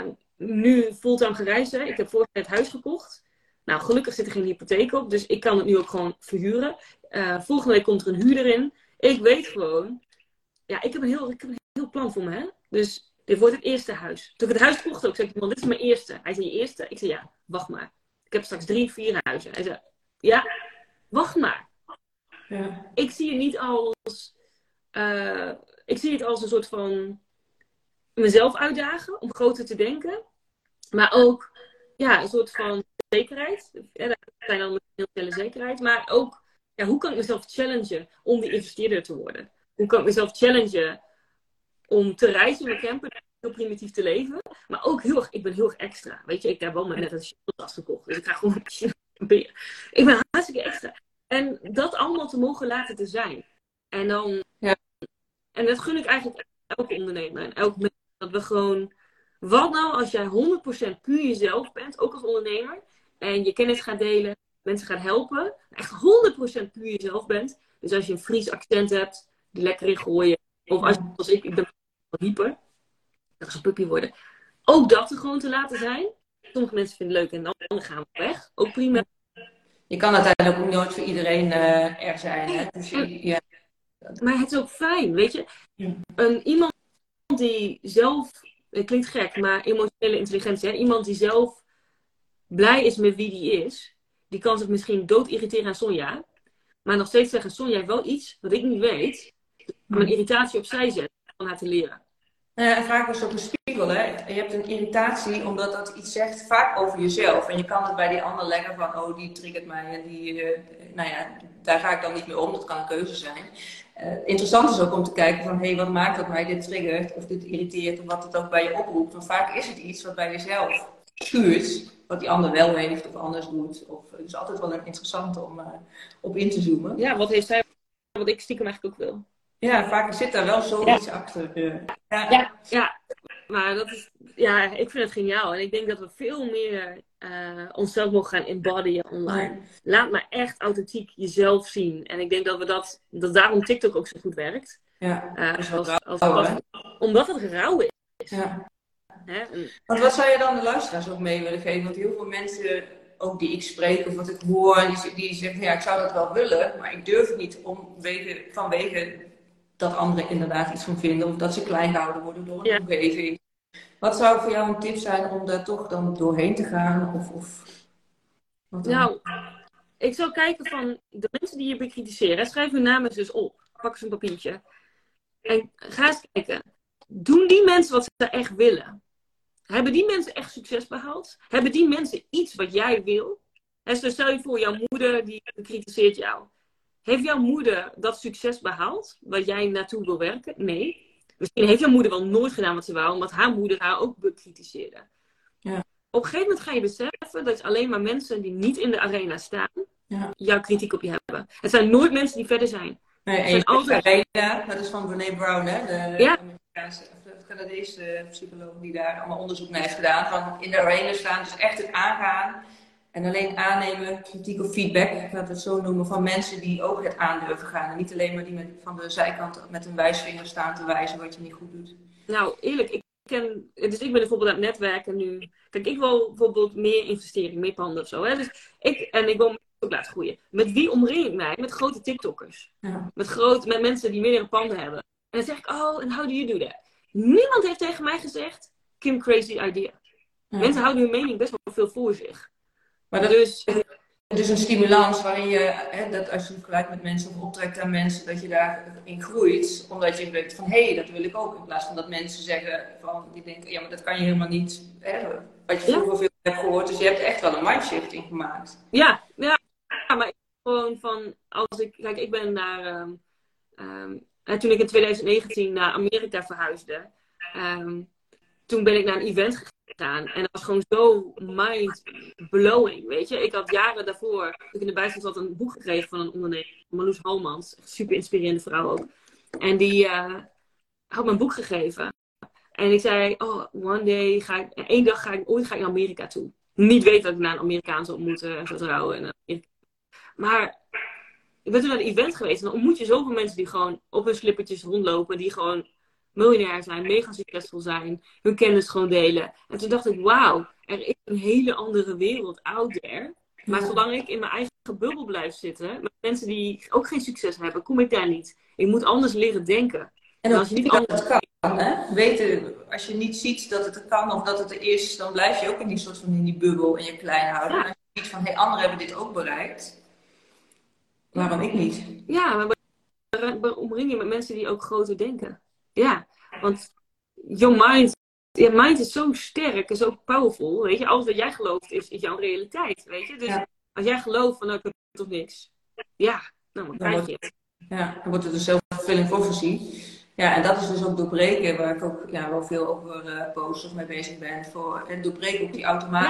nu fulltime gereizen. Ik heb vorig jaar het huis gekocht. Nou, gelukkig zit er geen hypotheek op. Dus ik kan het nu ook gewoon verhuren. Volgende week komt er een huurder in. Ik weet gewoon... Ja, ik heb een heel plan voor me. Hè? Dus dit wordt het eerste huis. Toen ik het huis kocht ook, zei ik, man, dit is mijn eerste. Hij zei, je eerste? Ik zei, ja, wacht maar. Ik heb straks 3, 4 huizen. Hij zei, ja, wacht maar. Ja. Ik zie het niet als... ik zie het als een soort van... mezelf uitdagen om groter te denken. Maar ook, ja, een soort van zekerheid. Ja, dat zijn dan heel veel zekerheid. Maar ook, ja, hoe kan ik mezelf challengen om die investeerder te worden? Hoe kan ik mezelf challengen om te reizen met camper, heel primitief te leven. Maar ook ik ben heel erg extra. Weet je, ik heb wel net een tas gekocht. Dus ik ga gewoon Ik ben hartstikke extra. En dat allemaal te mogen laten te zijn. En dan... Ja. En dat gun ik eigenlijk elke ondernemer en elk mens. Dat we gewoon... Wat nou als jij 100% puur jezelf bent, ook als ondernemer. En je kennis gaat delen, mensen gaat helpen. Echt 100% puur jezelf bent. Dus als je een Fries accent hebt, die lekker in gooien. Of als ik ben hyper. Dat is een puppy worden. Ook dat er gewoon te laten zijn. Sommige mensen vinden het leuk en dan gaan we weg. Ook prima. Je kan uiteindelijk ook nooit voor iedereen er zijn. Hè? Dus ja. Maar het is ook fijn, weet je. Iemand die zelf, het klinkt gek, maar emotionele intelligentie. Hè? Iemand die zelf blij is met wie die is. Die kan zich misschien dood irriteren aan Sonja. Maar nog steeds zeggen, Sonja heeft wel iets wat ik niet weet. Mijn irritatie opzij zetten om haar te leren. En vaak is het ook een spiegel. Hè? Je hebt een irritatie omdat dat iets zegt vaak over jezelf. En je kan het bij die ander leggen van, oh die triggert mij. En die, nou ja, daar ga ik dan niet mee om. Dat kan een keuze zijn. Interessant is ook om te kijken van, hé, wat maakt dat mij dit triggert of dit irriteert of wat het ook bij je oproept. Want vaak is het iets wat bij jezelf schuurt, wat die ander wel heeft of anders doet. Het is altijd wel een interessante om op in te zoomen. Ja, wat heeft zij, wat ik stiekem eigenlijk ook wil. Ja, vaak zit daar wel zoiets achter. Ja, maar dat is, ik vind het geniaal. En ik denk dat we veel meer onszelf mogen gaan embodyen online. Laat maar echt authentiek jezelf zien. En ik denk dat dat daarom TikTok ook zo goed werkt. Ja, omdat het rauw is. Ja. Hè? Want wat zou je dan de luisteraars ook mee willen geven? Want heel veel mensen, ook die ik spreek of wat ik hoor, die zeggen, ja, ik zou dat wel willen, maar ik durf het niet vanwege dat anderen inderdaad iets van vinden of dat ze klein gehouden worden door een omgeving. Wat zou voor jou een tip zijn om daar toch dan doorheen te gaan? Nou, ik zou kijken van de mensen die je bekritiseren. Schrijf hun namen dus op. Pak eens een papiertje. En ga eens kijken. Doen die mensen wat ze echt willen? Hebben die mensen echt succes behaald? Hebben die mensen iets wat jij wil? En stel je voor, jouw moeder die bekritiseert jou. Heeft jouw moeder dat succes behaald? Waar jij naartoe wil werken? Nee. Misschien heeft jouw moeder wel nooit gedaan wat ze wou, omdat haar moeder haar ook bekritiseerde. Ja. Op een gegeven moment ga je beseffen dat alleen maar mensen die niet in de arena staan, jouw kritiek op je hebben. Het zijn nooit mensen die verder zijn. Nee, en je altijd... arena, dat is van Brené Brown, hè? De Canadese psycholoog die daar allemaal onderzoek naar heeft gedaan. Van in de arena staan, dus echt het aangaan. En alleen aannemen, kritiek of feedback, ik laat het zo noemen, van mensen die ook het aandurven gaan. En niet alleen maar die van de zijkant met een wijsvinger staan te wijzen wat je niet goed doet. Nou, eerlijk, ik ben bijvoorbeeld aan het netwerken nu. Kijk, ik wil bijvoorbeeld meer investering, meer panden of zo. Hè? Dus ik wil me ook laten groeien. Met wie omring ik mij? Met grote TikTokkers. Ja. Met mensen die meerdere panden hebben. En dan zeg ik, oh, and how do you do that? Niemand heeft tegen mij gezegd, Kim, crazy idea. Ja. Mensen houden hun mening best wel veel voor zich. Maar dat is dus een stimulans waarin je, dat als je gelijk met mensen of optrekt aan mensen, dat je daarin groeit. Omdat je weet van, hé, dat wil ik ook. In plaats van dat mensen zeggen, die denken, ja, maar dat kan je helemaal niet. Wat je vroeger veel hebt gehoord. Dus je hebt echt wel een mindshifting gemaakt. Ja, maar ik gewoon van, kijk, ik ben naar, toen ik in 2019 naar Amerika verhuisde, toen ben ik naar een event gegaan. En dat was gewoon zo mind-blowing, weet je. Ik had jaren daarvoor, toen ik in de bijstand zat, een boek gekregen van een ondernemer, Marloes Halmans. Super inspirerende vrouw ook. En die had me een boek gegeven. En ik zei, één dag ga ik naar Amerika toe. Niet weten dat ik naar een Amerikaan zou ontmoeten en zou trouwen. Maar ik ben toen naar een event geweest en dan ontmoet je zoveel mensen die gewoon op hun slippertjes rondlopen, die gewoon miljonair zijn, mega succesvol zijn, hun kennis gewoon delen. En toen dacht ik, wauw, er is een hele andere wereld out there. Maar zolang ik in mijn eigen bubbel blijf zitten, met mensen die ook geen succes hebben, kom ik daar niet. Ik moet anders leren denken. En als je niet anders kan, hè? Weten, als je niet ziet dat het er kan of dat het er is, dan blijf je ook in die soort van in die bubbel en je klein houden. Ja. En als je ziet van, anderen hebben dit ook bereikt, waarom ik niet? Ja, maar omring je met mensen die ook groter denken. Ja, want your mind is zo sterk en zo powerful, weet je. Alles wat jij gelooft is jouw realiteit, weet je. Dus als jij gelooft van, nou, ik heb toch niks. Ja, nou, dan krijg je het. Ja, dan wordt het een self-fulfilling prophecy. Ja, en dat is dus ook doorbreken, waar ik ook wel veel over posts of mee bezig ben. Voor het doorbreken op die automatische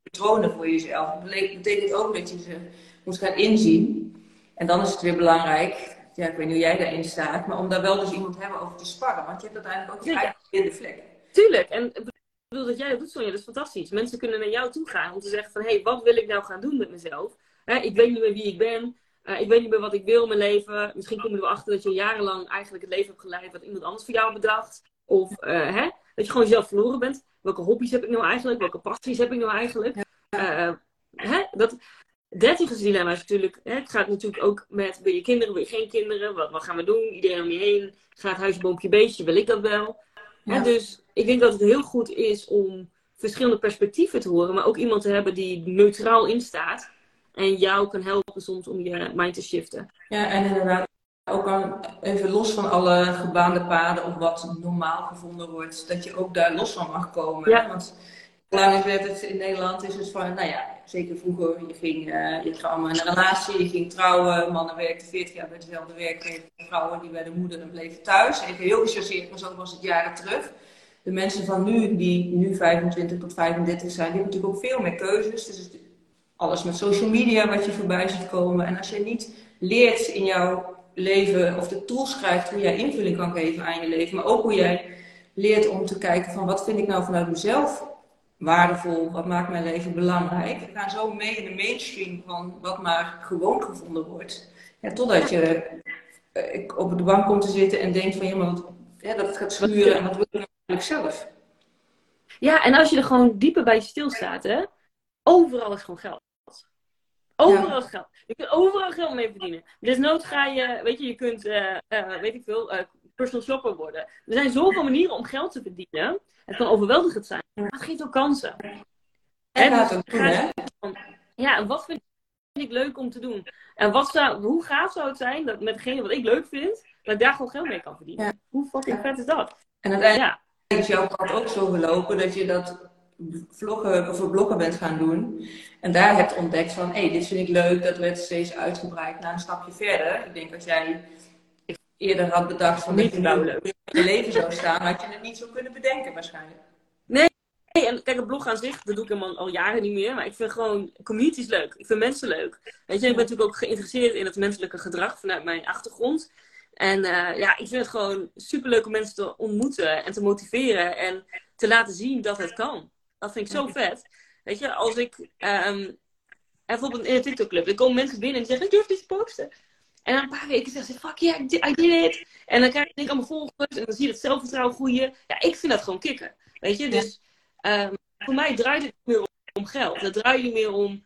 patronen voor jezelf. Dat betekent ook dat je ze moet gaan inzien. En dan is het weer belangrijk, ja, ik weet niet hoe jij daarin staat, maar om daar wel dus iemand te hebben over te sparren. Want je hebt uiteindelijk ook je eigen blinde vlek. Tuurlijk. En ik bedoel dat jij dat doet, Sonja, dat is fantastisch. Mensen kunnen naar jou toe gaan om te zeggen van, hé, wat wil ik nou gaan doen met mezelf? Ik weet niet meer wie ik ben. Ik weet niet meer wat ik wil in mijn leven. Misschien kom je erachter dat je jarenlang eigenlijk het leven hebt geleid wat iemand anders voor jou bedacht. Of dat je gewoon jezelf verloren bent. Welke hobby's heb ik nou eigenlijk? Welke passies heb ik nou eigenlijk? Dat 30ersdilemma is natuurlijk... het gaat natuurlijk ook met, wil je kinderen, wil je geen kinderen? Wat gaan we doen? Iedereen om je heen. Gaat huisje, boompje, beestje? Wil ik dat wel? Ja. Dus ik denk dat het heel goed is om verschillende perspectieven te horen. Maar ook iemand te hebben die neutraal instaat. En jou kan helpen soms om je mind te shiften. Ja, en inderdaad ook even los van alle gebaande paden of wat normaal gevonden wordt, dat je ook daar los van mag komen. Ja. Want lang is het in Nederland is het van, nou ja, zeker vroeger, je ging allemaal in een relatie, je ging trouwen, mannen werkten 40 jaar bij dezelfde werkgever, vrouwen die werden moeder en bleven thuis. Even heel gechargeerd, maar zo was het jaren terug. De mensen van nu, die nu 25 tot 35 zijn, die hebben natuurlijk ook veel meer keuzes. Dus alles met social media wat je voorbij ziet komen. En als je niet leert in jouw leven, of de tools krijgt hoe jij invulling kan geven aan je leven, maar ook hoe jij leert om te kijken van wat vind ik nou vanuit mezelf waardevol, wat maakt mijn leven belangrijk. We gaan zo mee in de mainstream van wat maar gewoon gevonden wordt. Ja, totdat je op de bank komt te zitten en denkt van dat het gaat schuren en wat wil ik eigenlijk zelf. Ja, en als je er gewoon dieper bij stilstaat, hè, overal is gewoon geld. Overal is geld. Je kunt overal geld mee verdienen. Desnoods ga je, je kunt, weet ik veel, personal shopper worden. Er zijn zoveel manieren om geld te verdienen. Het kan overweldigend zijn, maar het geeft ook kansen. En wat vind ik leuk om te doen? En hoe gaaf zou het zijn dat met hetgene wat ik leuk vind, dat ik daar gewoon geld mee kan verdienen? Ja. Hoe fucking vet is dat? En uiteindelijk is jouw pad ook zo gelopen dat je dat vloggen bent gaan doen. En daar hebt ontdekt van, dit vind ik leuk, dat werd steeds uitgebreid naar een stapje verder. Ik denk als jij eerder had bedacht van dat je nou leuk in je leven zou staan, had je het niet zo kunnen bedenken waarschijnlijk. Nee, en kijk, een blog aan zich, dat doe ik helemaal al jaren niet meer, maar ik vind gewoon communities leuk. Ik vind mensen leuk. Weet je, ik ben natuurlijk ook geïnteresseerd in het menselijke gedrag vanuit mijn achtergrond. En ik vind het gewoon superleuk om mensen te ontmoeten en te motiveren en te laten zien dat het kan. Dat vind ik zo vet. Weet je, als ik bijvoorbeeld in een TikTok-club, er komen mensen binnen en die zeggen, ik durf dit te posten. En na een paar weken zeggen ze, fuck yeah, I did it. En dan krijg ik allemaal volgers en dan zie je het zelfvertrouwen groeien. Ja, ik vind dat gewoon kicken. Weet je, dus voor mij draait het niet meer om geld. Het draait niet meer om,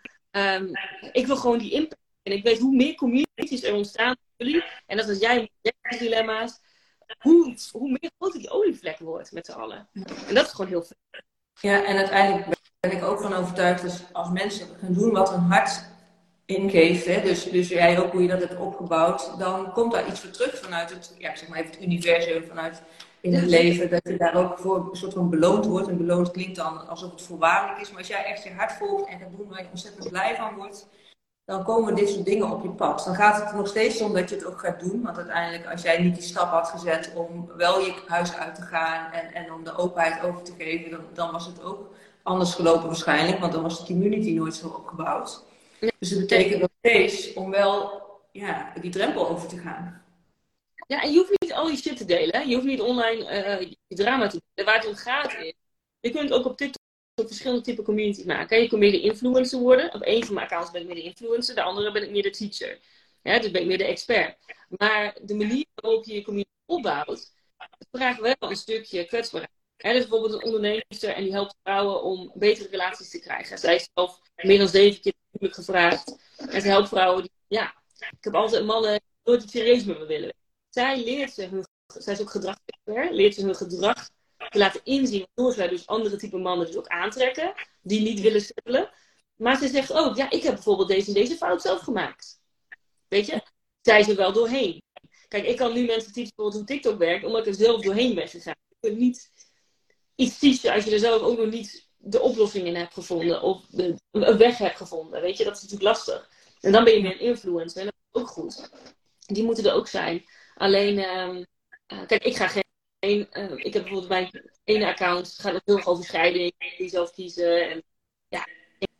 ik wil gewoon die impact. En ik weet hoe meer communities er ontstaan voor jullie. En dat is jij met dilemma's. Hoe meer groter die olievlek wordt met z'n allen. En dat is gewoon heel vet. Ja, en uiteindelijk ben ik ook van overtuigd dat als mensen gaan doen wat hun hart ingeeft, hè, dus jij ook hoe je dat hebt opgebouwd, dan komt daar iets voor terug vanuit het, zeg maar even het universum, vanuit in het leven, dat je daar ook voor een soort van beloond wordt. En beloond klinkt dan alsof het voorwaardelijk is, maar als jij echt je hart volgt en gaat doen waar je ontzettend blij van wordt, dan komen dit soort dingen op je pad. Dan gaat het er nog steeds om dat je het ook gaat doen. Want uiteindelijk, als jij niet die stap had gezet om wel je huis uit te gaan en om de openheid over te geven, dan was het ook anders gelopen waarschijnlijk. Want dan was de community nooit zo opgebouwd. Dus het betekent nog steeds om wel die drempel over te gaan. Ja, en je hoeft niet al je shit te delen. Hè? Je hoeft niet online je drama te delen. Waar het om gaat is, je kunt ook op TikTok verschillende typen communities maken. Je kunt meer de influencer worden. Op één van mijn accounts ben ik meer de influencer. De andere ben ik meer de teacher. Ja, dus ben ik meer de expert. Maar de manier waarop je je community opbouwt, vraagt wel een stukje kwetsbaarheid. Dus bijvoorbeeld een ondernemer en die helpt vrouwen om betere relaties te krijgen. Zij is zelf meer dan 7 keer gevraagd. En ze helpt vrouwen die, ik heb altijd mannen nooit iets serieus met me willen. Zij is ook gedragsexpert, leert ze hun gedrag te laten inzien, waardoor zij dus andere type mannen dus ook aantrekken, die niet willen settelen. Maar ze zegt ook, ik heb bijvoorbeeld deze en deze fout zelf gemaakt. Weet je? Zij is er wel doorheen. Kijk, ik kan nu mensen teachen bijvoorbeeld hoe TikTok werkt, omdat ik er zelf doorheen ben gegaan. Je kunt niet iets teachen als je er zelf ook nog niet de oplossing in hebt gevonden, of een weg hebt gevonden. Weet je, dat is natuurlijk lastig. En dan ben je meer een influencer, en dat is ook goed. Die moeten er ook zijn. Alleen, kijk, ik ga geen... ik heb bijvoorbeeld mijn ene account, het gaat ook heel erg over scheiding, die zelf kiezen. En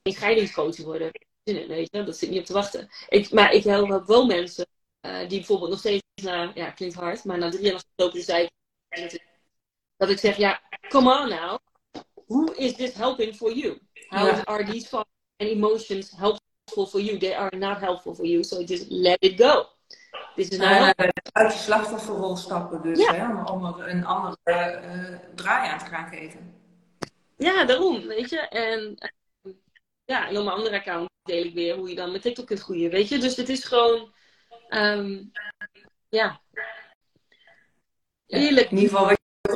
scheidingscoach worden. Weet je, dat zit niet op te wachten. Maar ik help wel mensen die bijvoorbeeld nog steeds klinkt hard, maar na 3 jaar lopen de zij dat ik zeg, ja, come on now. Who is this helping for you? How are these thoughts and emotions helpful for you? They are not helpful for you, so just let it go. This is uit je slachtofferrol stappen dus, hè, om er een andere draai aan te gaan geven. Ja, daarom, weet je. En op mijn andere account deel ik weer hoe je dan met TikTok kunt groeien, weet je. Dus het is gewoon, eerlijk. In ieder geval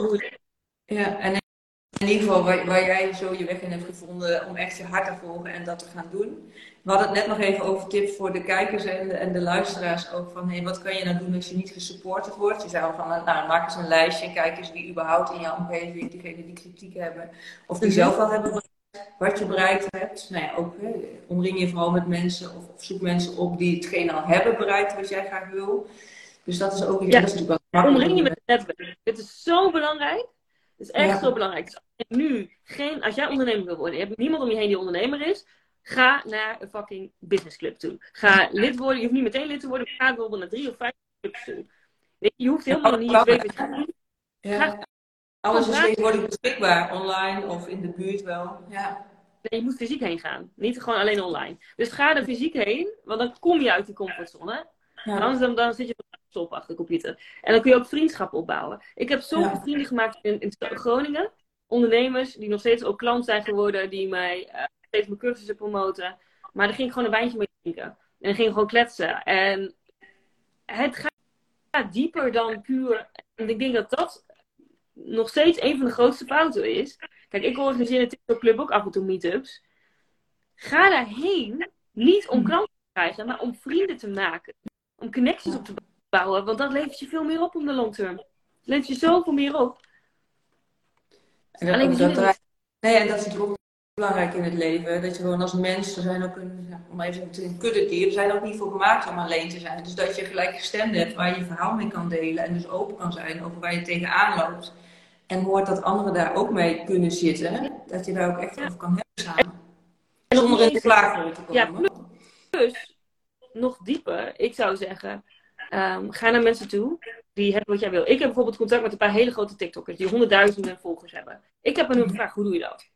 in ieder geval waar jij zo je weg in hebt gevonden om echt je hart te volgen en dat te gaan doen. We hadden het net nog even over tips voor de kijkers en de luisteraars ook van, wat kan je nou doen als je niet gesupported wordt? Je zei al van, maak eens een lijstje, kijk eens wie überhaupt in jouw omgeving, diegenen die kritiek hebben, of die zelf al hebben bereikt, wat je bereikt hebt. Nou ja, ook omring je vooral met mensen of zoek mensen op die hetgeen al hebben bereikt wat jij graag wil. Dus dat is ook iets. Ja, omring je met het netwerk. Het is zo belangrijk. Het is echt zo belangrijk. Dus als jij ondernemer wil worden, je hebt niemand om je heen die ondernemer is, ga naar een fucking business club toe. Ga lid worden. Je hoeft niet meteen lid te worden, ga bijvoorbeeld naar 3 of 5 clubs toe. Je hoeft helemaal nog niet te weten wat je moet doen. Alles is tegenwoordig beschikbaar, online of in de buurt wel. Ja. Nee, je moet fysiek heen gaan. Niet gewoon alleen online. Dus ga er fysiek heen, want dan kom je uit die comfortzone. Ja. Anders dan zit je op achter de computer. En dan kun je ook vriendschappen opbouwen. Ik heb zoveel vrienden gemaakt in Groningen. Ondernemers die nog steeds ook klant zijn geworden. Die mij steeds mijn cursussen promoten. Maar daar ging ik gewoon een wijntje mee drinken. En dan ging ik gewoon kletsen. En het gaat dieper dan puur. En ik denk dat dat nog steeds een van de grootste fouten is. Kijk, ik organiseer in de TikTok Club ook af en toe meetups. Ga daarheen. Niet om klanten te krijgen, maar om vrienden te maken. Om connecties op te bouwen. Want dat levert je veel meer op de long term. Levert je zoveel meer op. En dat is natuurlijk ook belangrijk in het leven. Dat je gewoon als mens, er zijn ook om even een kuddedier, er zijn ook niet voor gemaakt om alleen te zijn. Dus dat je gelijkgestemde hebt waar je je verhaal mee kan delen. En dus open kan zijn over waar je tegenaan loopt. En hoort dat anderen daar ook mee kunnen zitten. Dat je daar ook echt over kan hebben samen. En zonder in de klaagvoer te komen. Ja, plus, nog dieper, ik zou zeggen, ga naar mensen toe die hebben wat jij wil. Ik heb bijvoorbeeld contact met een paar hele grote TikTokkers die honderdduizenden volgers hebben. Ik heb aan hun gevraagd, hoe doe je dat?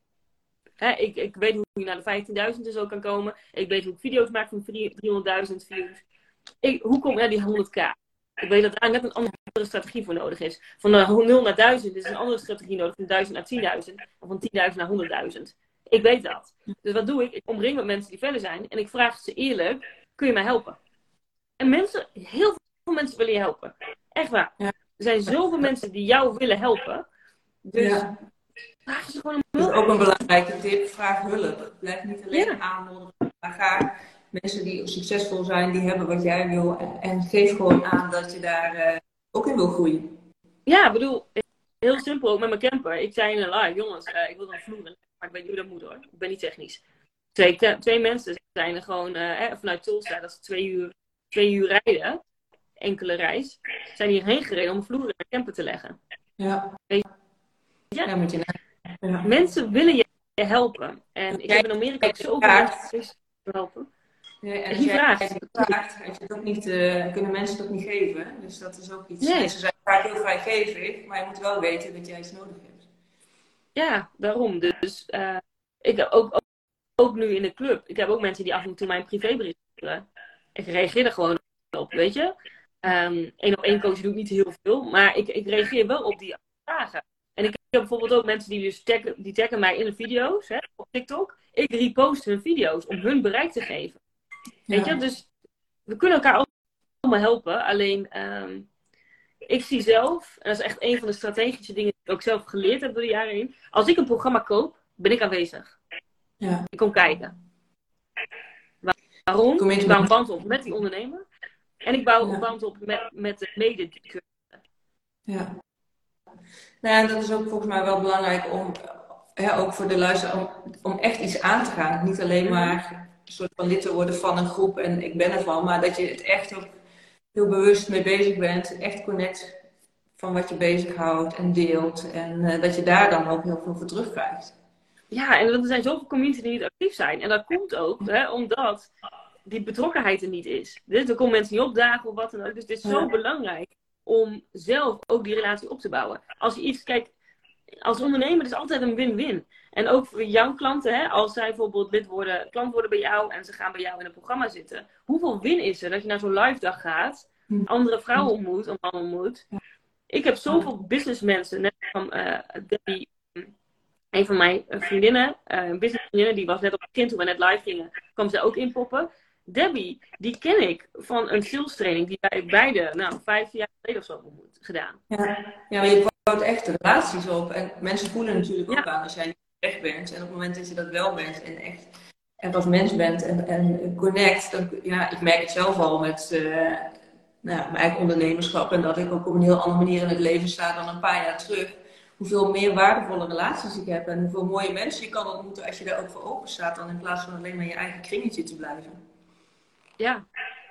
Ik weet hoe je naar de 15.000 en zo kan komen. Ik weet hoe ik video's maak van 300.000 views. Hoe kom ik naar die 100k? Ik weet dat daar net een andere strategie voor nodig is. Van 0 naar 1000 is een andere strategie nodig. Van 1000 naar 10.000. Of van 10.000 naar 100.000. Ik weet dat. Dus wat doe ik? Ik omring met mensen die verder zijn. En ik vraag ze eerlijk, kun je mij helpen? En heel veel mensen willen je helpen. Echt waar. Ja. Er zijn zoveel mensen die jou willen helpen. Dus vraag ze gewoon om hulp. Dat is ook een belangrijke tip. Vraag hulp. Blijf niet alleen aanmoedigen. Maar ga mensen die succesvol zijn, die hebben wat jij wil. En geef gewoon aan dat je daar ook in wil groeien. Ja, ik bedoel, heel simpel. Ook met mijn camper. Ik zei in een live, jongens, ik wil dan vloeren. Maar ik weet niet hoe dat moet hoor. Ik ben niet technisch. Twee mensen zijn er gewoon vanuit Tulsa. Dat is 2 uur rijden. Enkele reis. Zijn hierheen gereden om een vloer in een camper te leggen. Ja. Ja, moet je mensen willen je helpen. En ik heb in Amerika ook zoveel mensen helpen. Nee, en als jij het vraagt, kunnen mensen het ook niet geven. Dus dat is ook iets. Mensen zijn vaak heel vrijgevig, maar je moet wel weten dat jij iets nodig hebt. Ja, daarom. Dus ik heb ook nu in de club. Ik heb ook mensen die af en toe mijn privébericht sturen. Ik reageer er gewoon op, weet je. 1-op-1 coach doe ik niet heel veel, maar ik reageer wel op die vragen. En ik heb bijvoorbeeld ook mensen die dus taggen mij in de video's op TikTok. Ik repost hun video's om hun bereik te geven. Weet je, dus we kunnen elkaar allemaal helpen. Alleen, ik zie zelf, en dat is echt een van de strategische dingen die ik ook zelf geleerd heb door de jaren heen. Als ik een programma koop, ben ik aanwezig. Ja. Ik kom kijken. Waarom? Ik bouw een band op met die ondernemer. En ik bouw een band op met de mededicteur. Ja. Nou, dat is ook volgens mij wel belangrijk om, ook voor de luisteraar, om echt iets aan te gaan. Niet alleen maar een soort van lid te worden van een groep en ik ben ervan, maar dat je het echt ook heel bewust mee bezig bent. Echt connect van wat je bezighoudt en deelt. En dat je daar dan ook heel veel voor terugkrijgt. Ja, en er zijn zoveel communities die niet actief zijn. En dat komt ook omdat die betrokkenheid er niet is. Dus er komen mensen niet opdagen of wat dan ook. Dus het is zo belangrijk om zelf ook die relatie op te bouwen. Als je iets, kijk, als ondernemer is het altijd een win-win. En ook voor jouw klanten, als zij bijvoorbeeld klant worden bij jou en ze gaan bij jou in een programma zitten. Hoeveel win is er dat je naar zo'n live dag gaat, andere vrouwen ontmoet, een man ontmoet. Ik heb zoveel businessmensen, net van Debbie, een van mijn vriendinnen, een businessvriendinnen, die was net op het kind toen we net live gingen, kwam ze ook inpoppen. Debbie, die ken ik van een sales training die wij beide, 5 jaar geleden of zo gedaan. Ja, maar je bouwt echt relaties op. En mensen voelen natuurlijk ook aan als jij niet echt bent. En op het moment dat je dat wel bent en echt als mens bent en connect, dan, ik merk het zelf al met mijn eigen ondernemerschap en dat ik ook op een heel andere manier in het leven sta dan een paar jaar terug. Hoeveel meer waardevolle relaties ik heb en hoeveel mooie mensen je kan ontmoeten als je daar ook voor open staat, dan in plaats van alleen maar je eigen kringetje te blijven. Ja.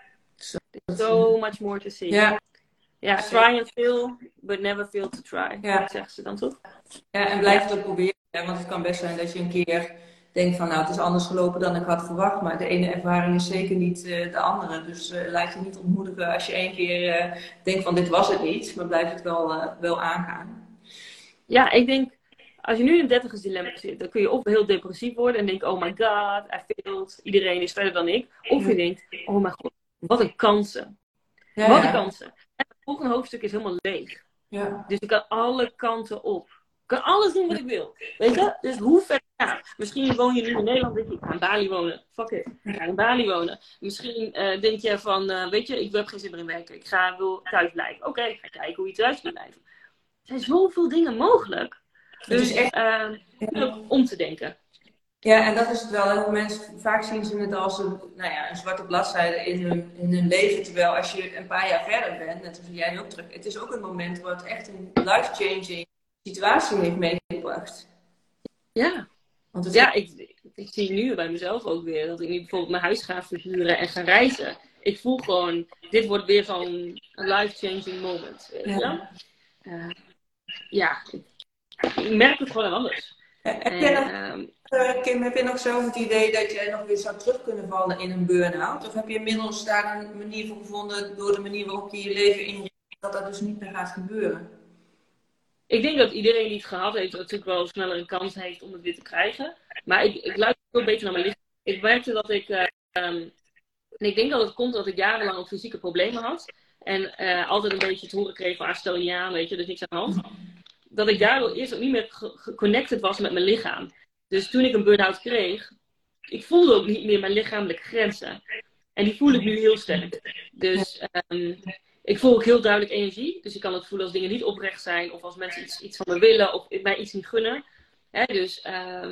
So much more to see. Ja, try and fail, but never fail to try. Ja. Dat zeggen ze dan toch? Ja, en blijf het ook proberen. Want het kan best zijn dat je een keer denkt van het is anders gelopen dan ik had verwacht. Maar de ene ervaring is zeker niet de andere. Dus laat je niet ontmoedigen als je 1 keer denkt van dit was het niet. Maar blijf het wel aangaan. Ja, ik denk, als je nu in een 30's dilemma zit, dan kun je of heel depressief worden en denken, oh my god, I failed. Iedereen is verder dan ik. Of je denkt, oh mijn god, wat een kansen. Ja, wat een kansen. En het volgende hoofdstuk is helemaal leeg. Ja. Dus ik kan alle kanten op. Ik kan alles doen wat ik wil. Weet je? Dus hoe ver gaan? Misschien woon je nu in Nederland. Denk je, ik ga in Bali wonen. Fuck it. Ik ga in Bali wonen. Misschien denk je van, weet je, ik heb geen zin meer in werken. Ik wil thuis blijven. Oké, ik ga kijken hoe je thuis kunt blijven. Er zijn zoveel dingen mogelijk. Dus het is echt om te denken. Ja, en dat is het wel. Mensen, vaak zien ze het als een zwarte bladzijde in hun leven. Terwijl als je een paar jaar verder bent, net als jij ook terug. Het is ook een moment wat echt een life-changing situatie heeft meegebracht. Ja. Want ik zie nu bij mezelf ook weer dat ik nu bijvoorbeeld mijn huis ga verhuren en ga reizen. Ik voel gewoon, dit wordt weer zo'n life-changing moment. Weet je? Ik merk het gewoon anders. Kim, heb je nog zelf het idee dat jij nog weer zou terug kunnen vallen in een burn-out? Of heb je inmiddels daar een manier voor gevonden door de manier waarop je je leven inricht, dat dus niet meer gaat gebeuren? Ik denk dat iedereen die het gehad heeft natuurlijk wel sneller een kans heeft om het weer te krijgen. Maar ik luister veel beter naar mijn lichaam. Ik merkte dat en ik denk dat het komt dat ik jarenlang ook fysieke problemen had. En altijd een beetje te horen kreeg van stel je aan, weet je, er is niks aan de hand. Dat ik daardoor eerst ook niet meer geconnected was met mijn lichaam. Dus toen ik een burn-out kreeg, ik voelde ook niet meer mijn lichamelijke grenzen. En die voel ik nu heel sterk. Dus ik voel ook heel duidelijk energie. Dus ik kan het voelen als dingen niet oprecht zijn. Of als mensen iets van me willen of mij iets niet gunnen. Dus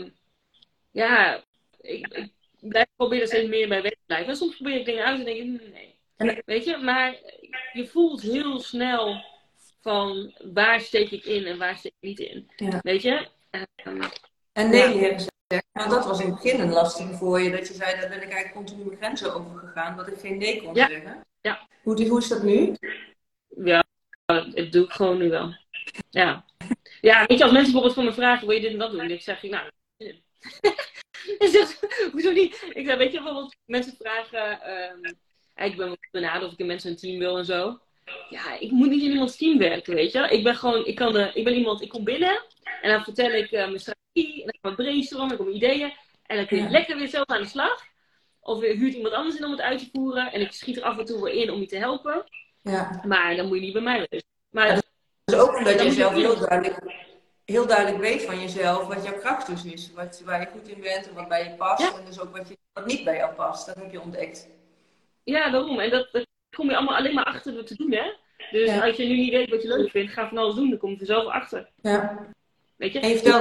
ik blijf proberen steeds meer bij weg te blijven. En soms probeer ik dingen uit en denk ik, nee. Weet je, maar je voelt heel snel van waar steek ik in en waar steek ik niet in. Ja. Weet je? En nee leren zeggen. Want dat was in het begin een lastige voor je. Dat je zei, daar ben ik eigenlijk continu mijn grenzen over gegaan. Dat ik geen nee kon zeggen. Ja. Hoe is dat nu? Ja, dat doe ik gewoon nu wel. Ja. Ja, weet je, als mensen bijvoorbeeld voor me vragen, wil je dit en dat doen? Dan zeg ik, nou, en zegt, hoezo niet? Ik zeg, weet je, bijvoorbeeld mensen vragen, ik ben benaderd of ik in mensen een team wil en zo. Ja, ik moet niet in iemands team werken, weet je. Ik ben gewoon, ik kom binnen en dan vertel ik mijn strategie en dan gaan we brainstormen, ik kom ideeën. En dan kun je lekker weer zelf aan de slag. Of je huurt iemand anders in om het uit te voeren. En ik schiet er af en toe weer in om je te helpen. Ja. Maar dan moet je niet bij mij zijn. Maar dat is ook omdat je zelf heel duidelijk weet van jezelf wat jouw kracht dus is. Waar je goed in bent en wat bij je past. Ja. En dus ook wat niet bij jou past. Dat heb je ontdekt. Ja, daarom. En dat kom je allemaal alleen maar achter door te doen, hè. Dus als je nu niet weet wat je leuk vindt, ga van alles doen. Dan kom je er zelf achter. Ja. Weet je? En je vertelde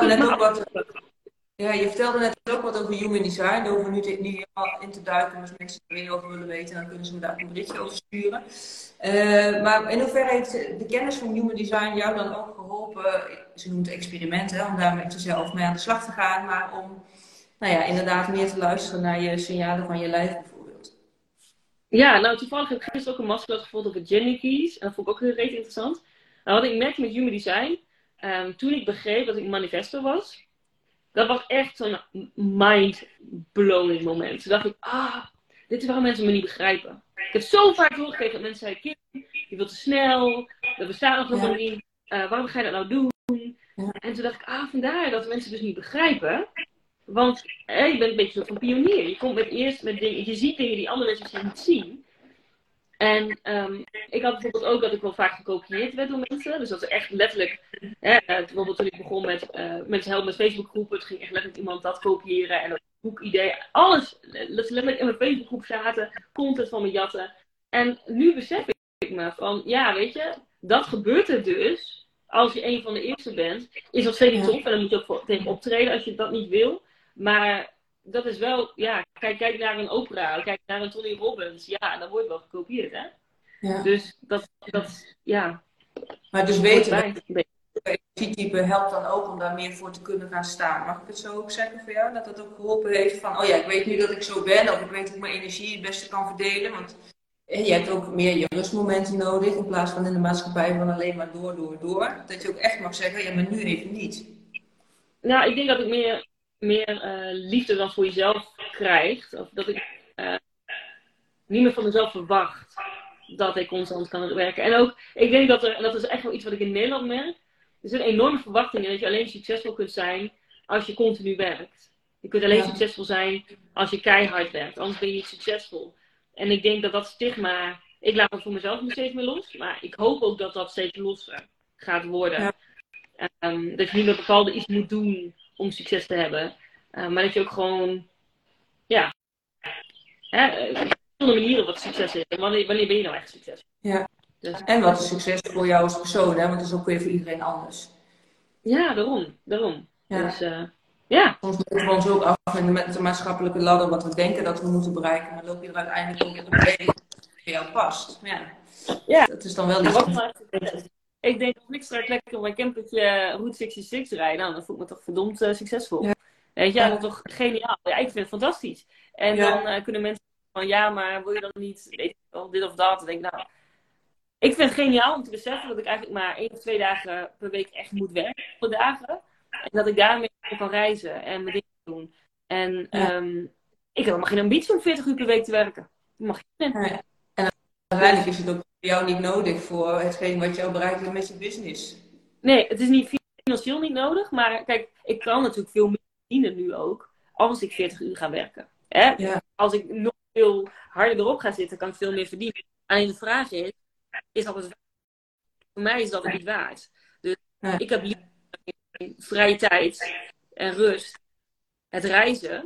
net ook wat over human design. Daar hoeven we nu helemaal in te duiken. Als mensen er meer over willen weten, dan kunnen ze me daar een berichtje over sturen. Maar in hoeverre heeft de kennis van human design jou dan ook geholpen? Ze noemt het experimenten, om daar met jezelf mee aan de slag te gaan. Maar om inderdaad meer te luisteren naar je signalen van je lijf bijvoorbeeld. Ja, nou toevallig heb ik gisteren ook een masterclass gevolgd over Jenny Keys. En dat vond ik ook heel reet interessant. Nou, wat ik merkte met human design, toen ik begreep dat ik manifestor was. Dat was echt zo'n mind-blowing moment. Toen dacht ik, dit is waarom mensen me niet begrijpen. Ik heb zo vaak doorgekregen dat mensen zeiden, Kim, je wilt te snel, dat bestaat nog helemaal niet. Waarom ga je dat nou doen? Ja. En toen dacht ik, vandaar dat mensen dus niet begrijpen. Want je bent een beetje een soort van pionier. Je komt eerst met dingen, je ziet dingen die andere mensen niet zien. En ik had bijvoorbeeld ook dat ik wel vaak gekopieerd werd door mensen. Dus dat is echt letterlijk, bijvoorbeeld toen ik begon met mensen helpen met Facebookgroepen, toen ging echt letterlijk iemand dat kopiëren en dat boekidee, alles, dat ze letterlijk in mijn Facebookgroep zaten, content van me jatten. En nu besef ik me van, weet je, dat gebeurt er dus. Als je een van de eerste bent, is dat zeker tof. En dan moet je ook tegen optreden als je dat niet wil. Maar dat is wel, kijk naar een opera, kijk naar een Tony Robbins. Ja, dan wordt wel gekopieerd, hè? Ja. Dus dat Maar dus weten we, energietype helpt dan ook om daar meer voor te kunnen gaan staan. Mag ik het zo ook zeggen voor jou? Dat dat ook geholpen heeft van, ik weet nu dat ik zo ben. Of ik weet hoe ik mijn energie het beste kan verdelen. Want je hebt ook meer je rustmomenten nodig. In plaats van in de maatschappij van alleen maar door. Dat je ook echt mag zeggen, maar nu even niet. Nou, ik denk dat ik meer liefde dan voor jezelf krijgt. Of dat ik niet meer van mezelf verwacht dat ik constant kan werken. En ook, ik denk dat en dat is echt wel iets wat ik in Nederland merk. Er zijn enorme verwachtingen dat je alleen succesvol kunt zijn als je continu werkt. Je kunt alleen succesvol zijn als je keihard werkt. Anders ben je niet succesvol. En ik denk dat dat stigma, ik laat het voor mezelf nog steeds meer los. Maar ik hoop ook dat dat steeds losser gaat worden. Ja. Dat je niet meer bepaalde iets moet doen om succes te hebben. Maar dat je ook gewoon, verschillende manieren wat succes is. En wanneer ben je nou echt succesvol? Ja. Dus. En wat is succes voor jou als persoon, hè? Want dat is ook weer voor iedereen anders. Ja, daarom. Ja. Dus, soms moeten we ons ook af met de maatschappelijke ladder wat we denken dat we moeten bereiken. Maar dan loop je er uiteindelijk ook in de weg die bij jou past. Ja. Dat is dan wel iets. Ik denk, als ik straks lekker op mijn campertje Route 66 rijd, dan voel ik me toch verdomd succesvol. Ja. Weet je, dat is toch geniaal. Ja, ik vind het fantastisch. En dan kunnen mensen van, maar wil je dan niet dit of dat? Dan denk ik, ik vind het geniaal om te beseffen dat ik eigenlijk maar 1 of 2 dagen per week echt moet werken voor dagen. En dat ik daarmee kan reizen en mijn dingen doen. En ik heb helemaal geen ambitie om 40 uur per week te werken. Dat mag je niet. En uiteindelijk is het ook voor jou niet nodig voor hetgeen wat je al bereikt hebt met je business. Nee, het is niet financieel niet nodig. Maar kijk, ik kan natuurlijk veel meer verdienen nu ook. Als ik 40 uur ga werken. Hè? Ja. Als ik nog veel harder erop ga zitten, kan ik veel meer verdienen. Alleen de vraag is dat het waard? Voor mij is dat het niet waard. Dus ik heb liever vrije tijd en rust, het reizen.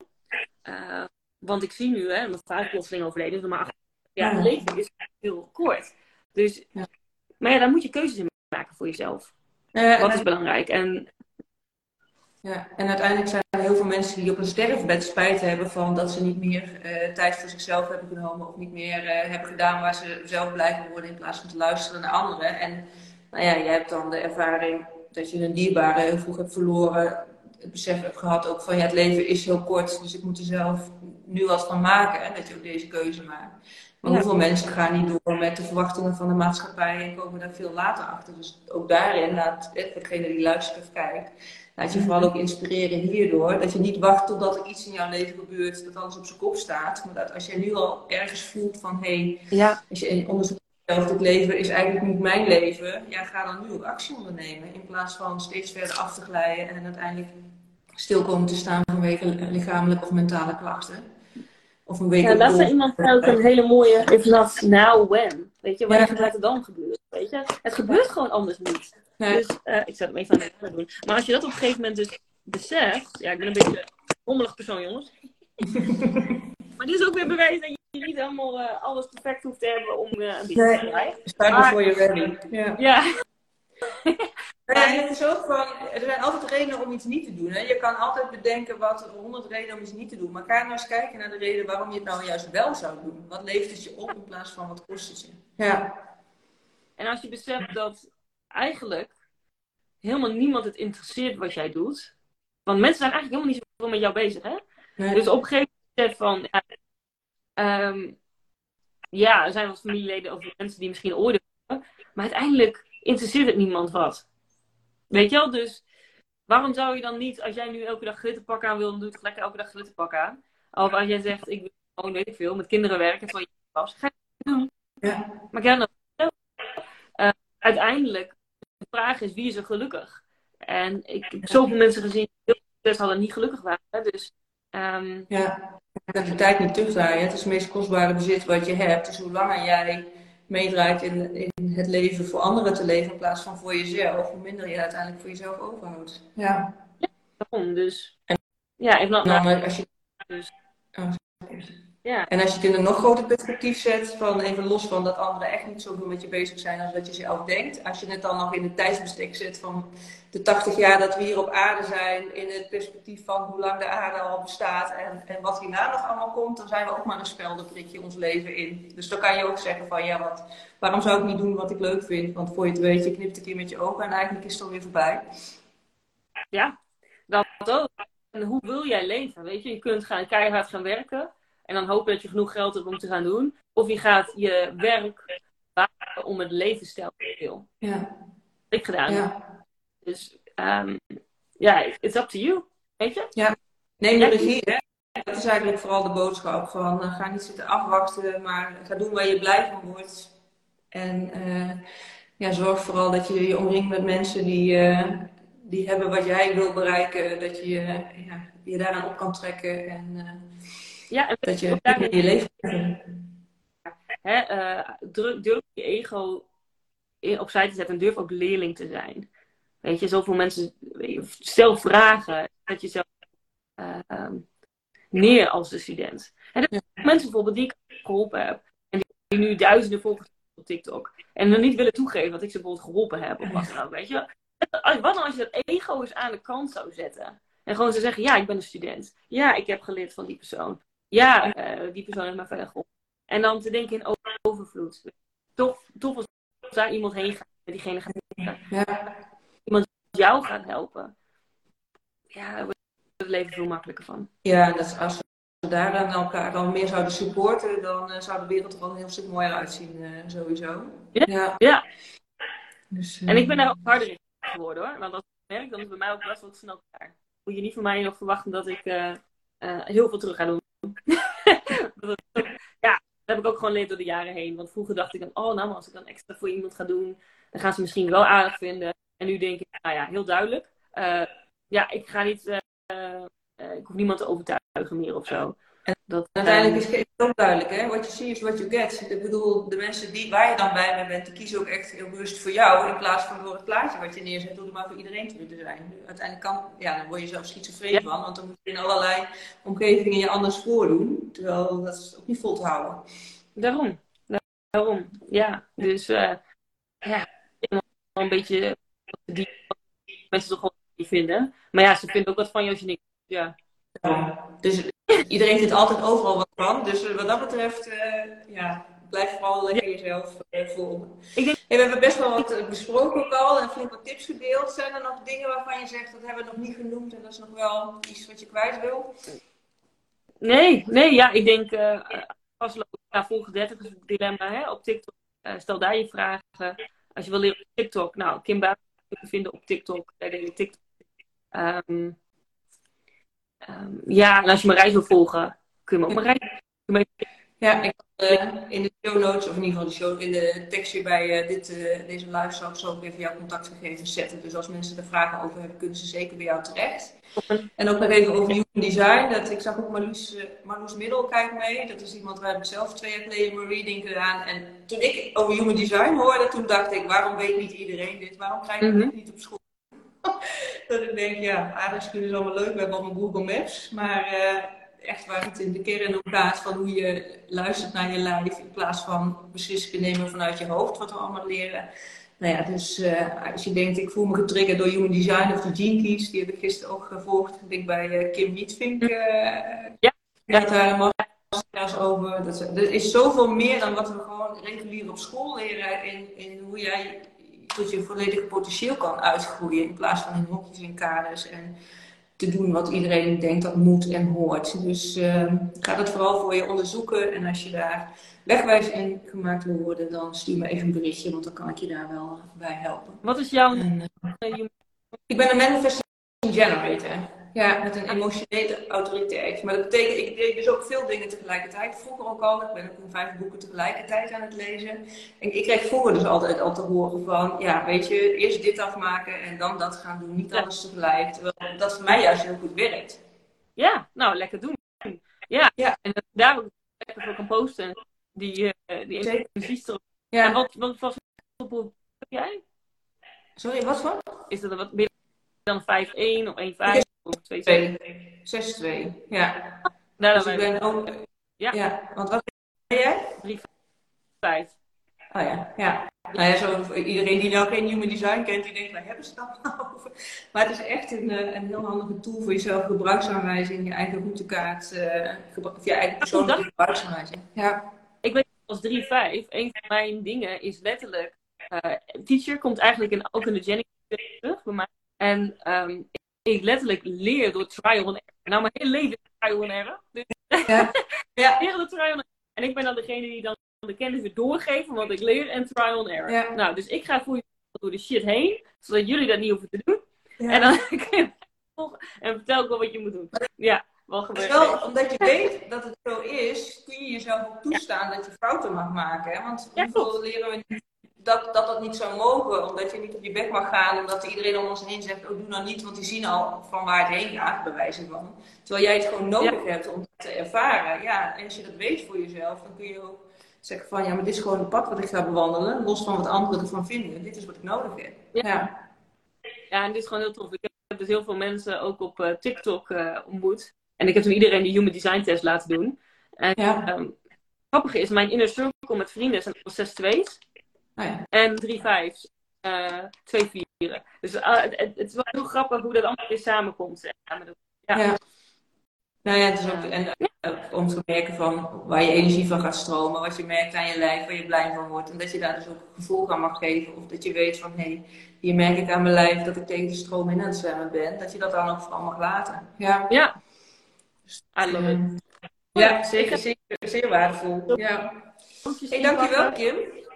Want ik zie nu, mijn vader plotseling overleden, dus maar 8 jaar mijn leven is heel kort. Dus, maar daar moet je keuzes in maken voor jezelf. Wat is belangrijk? En uiteindelijk zijn er heel veel mensen die op een sterfbed spijt hebben van dat ze niet meer tijd voor zichzelf hebben genomen of niet meer hebben gedaan waar ze zelf blij van worden in plaats van te luisteren naar anderen. En jij hebt dan de ervaring dat je een dierbare heel vroeg hebt verloren, het besef hebt gehad ook van het leven is heel kort, dus ik moet er zelf nu wat van maken en dat je ook deze keuze maakt. Maar hoeveel mensen gaan niet door met de verwachtingen van de maatschappij en komen daar veel later achter. Dus ook daarin, laat degene die luistert of kijkt, laat je vooral ook inspireren hierdoor. Dat je niet wacht totdat er iets in jouw leven gebeurt, dat alles op zijn kop staat. Maar dat als je nu al ergens voelt van, als je in onderzoek stelt, dit leven is eigenlijk niet mijn leven. Ga dan nu ook actie ondernemen. In plaats van steeds verder af te glijden en uiteindelijk stil komen te staan vanwege lichamelijke of mentale klachten. Of een week laatst zei iemand ook een hele mooie, if not now, when. Weet je, wanneer gaat het dan gebeuren? Weet je? Het gebeurt gewoon anders niet. Nee. Dus ik zou het even aan het doen. Maar als je dat op een gegeven moment dus beseft, ik ben een beetje een rommelig persoon, jongens. Maar dit is ook weer bewijs dat je niet allemaal alles perfect hoeft te hebben om een business te bereiken. Start before you're ready. Ja. Het is ook van, er zijn altijd redenen om iets niet te doen. Hè? Je kan altijd bedenken 100 redenen om iets niet te doen. Maar ga nou eens kijken naar de reden waarom je het nou juist wel zou doen. Wat levert het je op in plaats van wat kost het je? Ja. En als je beseft dat eigenlijk helemaal niemand het interesseert wat jij doet. Want mensen zijn eigenlijk helemaal niet zoveel met jou bezig, hè? Nee. Dus op een gegeven moment van, er zijn wat familieleden of mensen die misschien oordelen. Maar uiteindelijk interesseert het niemand wat. Weet je wel? Dus waarom zou je dan niet, als jij nu elke dag glitterpak aan wil, dan doe je lekker elke dag glitterpak aan. Of als jij zegt, ik wil gewoon, weet ik veel, met kinderen werken van je was, ga je het doen. Ja. Maar ja, uiteindelijk, de vraag is, wie is er gelukkig? En ik heb zoveel mensen gezien die heel veel hadden niet gelukkig waren. Dus, Ja, je kan de tijd niet terugdraaien. Het is het meest kostbare bezit wat je hebt. Dus hoe langer jij meedraait in het leven voor anderen te leven in plaats van voor jezelf, hoe minder je uiteindelijk voor jezelf overhoudt. Ja. Daarom dus. Ja, even dan, als je... Dus. Oh, ja. En als je het in een nog groter perspectief zet, van even los van dat anderen echt niet zoveel met je bezig zijn als wat je zelf denkt. Als je het dan nog in het tijdsbestek zet van de 80 jaar dat we hier op aarde zijn, in het perspectief van hoe lang de aarde al bestaat en wat hierna nog allemaal komt, dan zijn we ook maar een spel, dat prik je ons leven in. Dus dan kan je ook zeggen van ja, waarom zou ik niet doen wat ik leuk vind? Want voor je het weet, je knipt een keer met je ogen en eigenlijk is het alweer voorbij. Ja, dat ook. En hoe wil jij leven? Weet je kunt keihard gaan werken. En dan hopen dat je genoeg geld hebt om te gaan doen. Of je gaat je werk wagen om het levensstijl te wil. Ja. Dat heb ik gedaan. Ja. Dus ja, it's up to you. Weet je? Ja. Neem de regie, hè. Dat is eigenlijk vooral de boodschap. Van ga niet zitten afwachten, maar ga doen waar je blij van wordt. En zorg vooral dat je je omringt met mensen die hebben wat jij wil bereiken. Dat je je daaraan op kan trekken. En dat je in je leven durf je ego opzij te zetten en durf ook leerling te zijn. Weet je, zoveel mensen stel vragen dat je zelf neer als de student. En er zijn mensen bijvoorbeeld die ik geholpen heb en die nu duizenden volgers op TikTok en dan niet willen toegeven dat ik ze bijvoorbeeld geholpen heb of wat dan ook, weet je. Wat dan als je dat ego eens aan de kant zou zetten en gewoon zou zeggen, ja, ik ben een student. Ja, ik heb geleerd van die persoon. Ja, die persoon heeft mij verder geholpen. En dan te denken in overvloed. Tof als daar iemand heen gaat en diegene gaat helpen. Ja. Iemand jou gaat helpen. Ja, daar wordt het leven veel makkelijker van. Ja, als we daar aan elkaar dan meer zouden supporten, dan zou de wereld er wel een heel stuk mooier uitzien, sowieso. Ja. Dus, en ik ben daar ook harder in geworden hoor. Want als ik merk, dan is bij mij ook best wel snel klaar. Moet je niet van mij nog verwachten dat ik heel veel terug ga doen. Dat heb ik ook gewoon geleerd door de jaren heen. Want vroeger dacht ik dan, maar als ik dan extra voor iemand ga doen, dan gaan ze misschien wel aardig vinden. En nu denk ik, heel duidelijk. Ik ga niet, ik hoef niemand te overtuigen meer of zo. Uiteindelijk is het ook duidelijk, hè? What you see is what you get. Ik bedoel, de mensen waar je dan bij bent, die kiezen ook echt heel bewust voor jou, in plaats van door het plaatje wat je neerzet, door er maar voor iedereen te willen zijn. Uiteindelijk dan word je zelf schizofreen van, want dan moet je in allerlei omgevingen je anders voordoen, terwijl dat is ook niet vol te houden. Daarom, ja. Dus een beetje die mensen toch wel niet vinden. Maar ja, ze vinden ook wat van je als je niks doet, ja. Dus iedereen vindt altijd overal wat van. Dus wat dat betreft, blijf vooral lekker jezelf volgen. We hebben best wel wat besproken ook al en flink wat tips gedeeld. Zijn er nog dingen waarvan je zegt, dat hebben we nog niet genoemd en dat is nog wel iets wat je kwijt wil? Nee, ik denk volg 30 is het dilemma op TikTok. Stel daar je vragen. Als je wil leren op TikTok, Kim Buijning kun je vinden op TikTok. Bij de TikTok. En als je mijn reis wil volgen, kun je me ook mijn reis. Ja, ik in de show notes, of in ieder geval in de tekstje bij deze live zal ik even jouw contactgegevens zetten. Dus als mensen er vragen over hebben, kunnen ze zeker bij jou terecht. En ook nog even over human design. Ik zag ook Marloes Middel kijkt mee. Dat is iemand waar ik zelf 2 jaar geleden een reading gedaan. En toen ik over human design hoorde, toen dacht ik, waarom weet niet iedereen dit? Waarom krijg ik dit niet op school? Dat ik denk, aardrijkskunde is allemaal leuk, we hebben allemaal Google Maps, maar echt waar het in de kern om gaat van hoe je luistert naar je lijf in plaats van beslissingen nemen vanuit je hoofd, wat we allemaal leren. Dus als je denkt, ik voel me getriggerd door human design of de Gene Keys, die heb ik gisteren ook gevolgd. Ik denk bij Kim Wietvink. Daar een masterclass over. Er is zoveel meer dan wat we gewoon regulier op school leren in hoe jij tot je volledige potentieel kan uitgroeien in plaats van in hokjes en kaders en te doen wat iedereen denkt dat moet en hoort. Dus ga dat vooral voor je onderzoeken en als je daar wegwijs in gemaakt wil worden, dan stuur me even een berichtje, want dan kan ik je daar wel bij helpen. Wat is jouw... Ik ben een manifestor generator. Ja, met een emotionele autoriteit. Maar dat betekent, ik deed dus ook veel dingen tegelijkertijd. Vroeger ook al, ik ben ook 5 boeken tegelijkertijd aan het lezen. En ik kreeg vroeger dus altijd al te horen van, ja, weet je, eerst dit afmaken en dan dat gaan doen. Niet alles tegelijk. Terwijl dat voor mij juist heel goed werkt. Ja, nou, lekker doen. Ja, en dat daar ook lekker voor kan posten. Die energies erop. Ja. En wat was het op jij? Sorry, wat voor? Is dat wat meer dan 5-1 of 1-5 of 2-2? 6-2, ja. Nou, dus ik ben ook... Ja, want wat ben jij? 3-5. Oh ja, ja. Nou ja, zo, iedereen die nou geen human design kent, die denkt, waar hebben ze het dan over? Maar het is echt een heel handige tool voor jezelf, gebruiksaanwijzing, je eigen routekaart, of je eigen persoonlijke gebruiksaanwijzing. Ja. Ik weet als 3-5, een van mijn dingen is letterlijk, teacher komt eigenlijk ook in de Jenny terug bij mij. En ik letterlijk leer door trial and error. Nou, mijn hele leven is trial and error. Dus leren door trial and error. En ik ben dan degene die dan de kennis weer doorgeeft van wat ik leer en trial and error. Ja. Nou, dus ik ga voor je door de shit heen, zodat jullie dat niet hoeven te doen. Ja. En dan kun je volgen en vertel ik wel wat je moet doen. Ja, wat gebeurt er? Wel, omdat je weet dat het zo is, kun je jezelf ook toestaan dat je fouten mag maken. Hè? Want hoeveel leren we niet dat niet zou mogen, omdat je niet op je bek mag gaan, omdat iedereen om ons heen zegt, oh doe nou niet, want die zien al van waar het heen gaat, bij wijze van. Terwijl jij het gewoon nodig hebt om dat te ervaren. Ja, en als je dat weet voor jezelf, dan kun je ook zeggen van, ja, maar dit is gewoon het pad wat ik ga bewandelen, los van wat anderen ervan vinden. Dit is wat ik nodig heb. Ja, en dit is gewoon heel tof. Ik heb dus heel veel mensen ook op TikTok ontmoet. En ik heb toen iedereen de Human Design test laten doen. En het grappige is, mijn inner circle met vrienden zijn al 6 2's. En 3 5's. 2 4's. Dus het is wel heel grappig hoe dat allemaal weer samenkomt. Nou ja, het is ook om te merken van waar je energie van gaat stromen, wat je merkt aan je lijf, waar je blij van wordt. En dat je daar dus ook gevoel aan mag geven. Of dat je weet van, hé, hier merk ik aan mijn lijf dat ik tegen de stroom in aan het zwemmen ben. Dat je dat dan ook vooral mag laten. Ja. Dus, I love it. Ja, zeker. Zeer waardevol. Ja. Hey, dankjewel, Kim.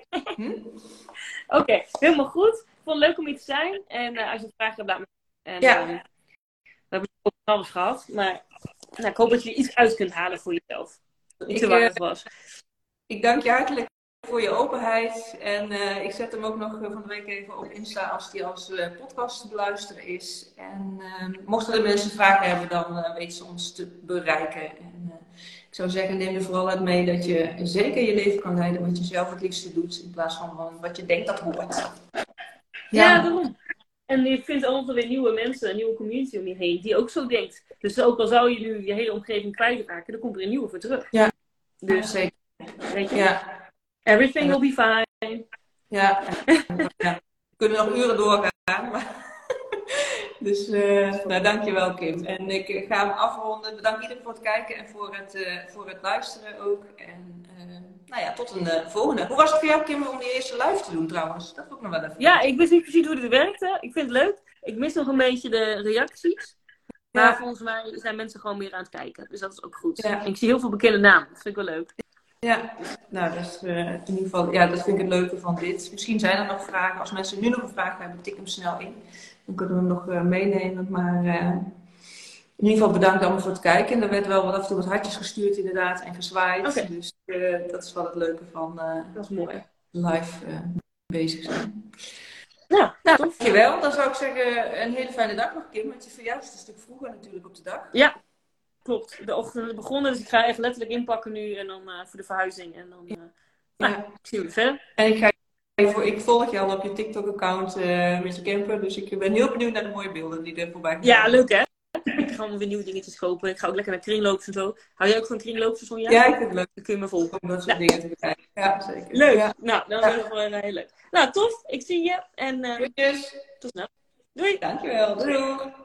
Oké, helemaal goed. Ik vond het leuk om hier te zijn. En als je vragen hebt, laat me. En, we hebben ook alles gehad. Maar ik hoop dat je er iets uit kunt halen voor jezelf. Dat niet te warm was. Ik dank je hartelijk voor je openheid. En ik zet hem ook nog van de week even op Insta als die als podcast te beluisteren is. En mochten er mensen vragen hebben, dan weten ze ons te bereiken. En, ik zou zeggen, neem er vooral uit mee dat je zeker je leven kan leiden wat je zelf het liefste doet. In plaats van wat je denkt dat hoort. Ja, daarom. En je vindt altijd weer nieuwe mensen, een nieuwe community om je heen, die ook zo denkt. Dus ook al zou je nu je hele omgeving kwijtraken, dan komt er een nieuwe voor terug. Ja, dus zeker. Weet je? Everything will be fine. Ja. We kunnen nog uren doorgaan. Maar... Dus, dankjewel Kim. En ik ga hem afronden. Bedankt iedereen voor het kijken en voor het luisteren ook. En tot een volgende. Hoe was het voor jou, Kim, om die eerste live te doen trouwens? Dat vond ik nog wel even. Ja, ik wist niet precies hoe dit werkte. Ik vind het leuk. Ik mis nog een beetje de reacties. Maar volgens mij zijn mensen gewoon meer aan het kijken. Dus dat is ook goed. Ja. En ik zie heel veel bekende namen. Dat vind ik wel leuk. Ja, nou, dat is in ieder geval, dat vind ik het leuke van dit. Misschien zijn er nog vragen. Als mensen nu nog een vraag hebben, tik hem snel in. Dan kunnen we hem nog meenemen. Maar in ieder geval bedankt allemaal voor het kijken. En er werd wel af en toe wat hartjes gestuurd inderdaad en gezwaaid. Okay. Dus dat is wel het leuke van dat is mooi. Live bezig zijn. Nou, dankjewel. Dan zou ik zeggen een hele fijne dag nog, Kim. Want je verjaardag is een stuk vroeger natuurlijk op de dag. Ja, klopt. De ochtend is begonnen. Dus ik ga even letterlijk inpakken nu. En dan voor de verhuizing. En dan ik zie jullie verder. En ik volg je al op je TikTok-account, Mr. Camper. Dus ik ben heel benieuwd naar de mooie beelden die er voorbij komen. Ja, leuk hè? Ik ga allemaal weer nieuwe dingetjes kopen. Ik ga ook lekker naar kringloopers en zo. Hou jij ook van kringloopers, Sonja? Ja, ik vind het leuk. Dan kun je me volgen. Om dat soort dingen te bekijken. Ja, zeker. Leuk. Ja. Nou, dan is het wel heel leuk. Nou, tof. Ik zie je. En tot snel. Doei. Dankjewel. Doei.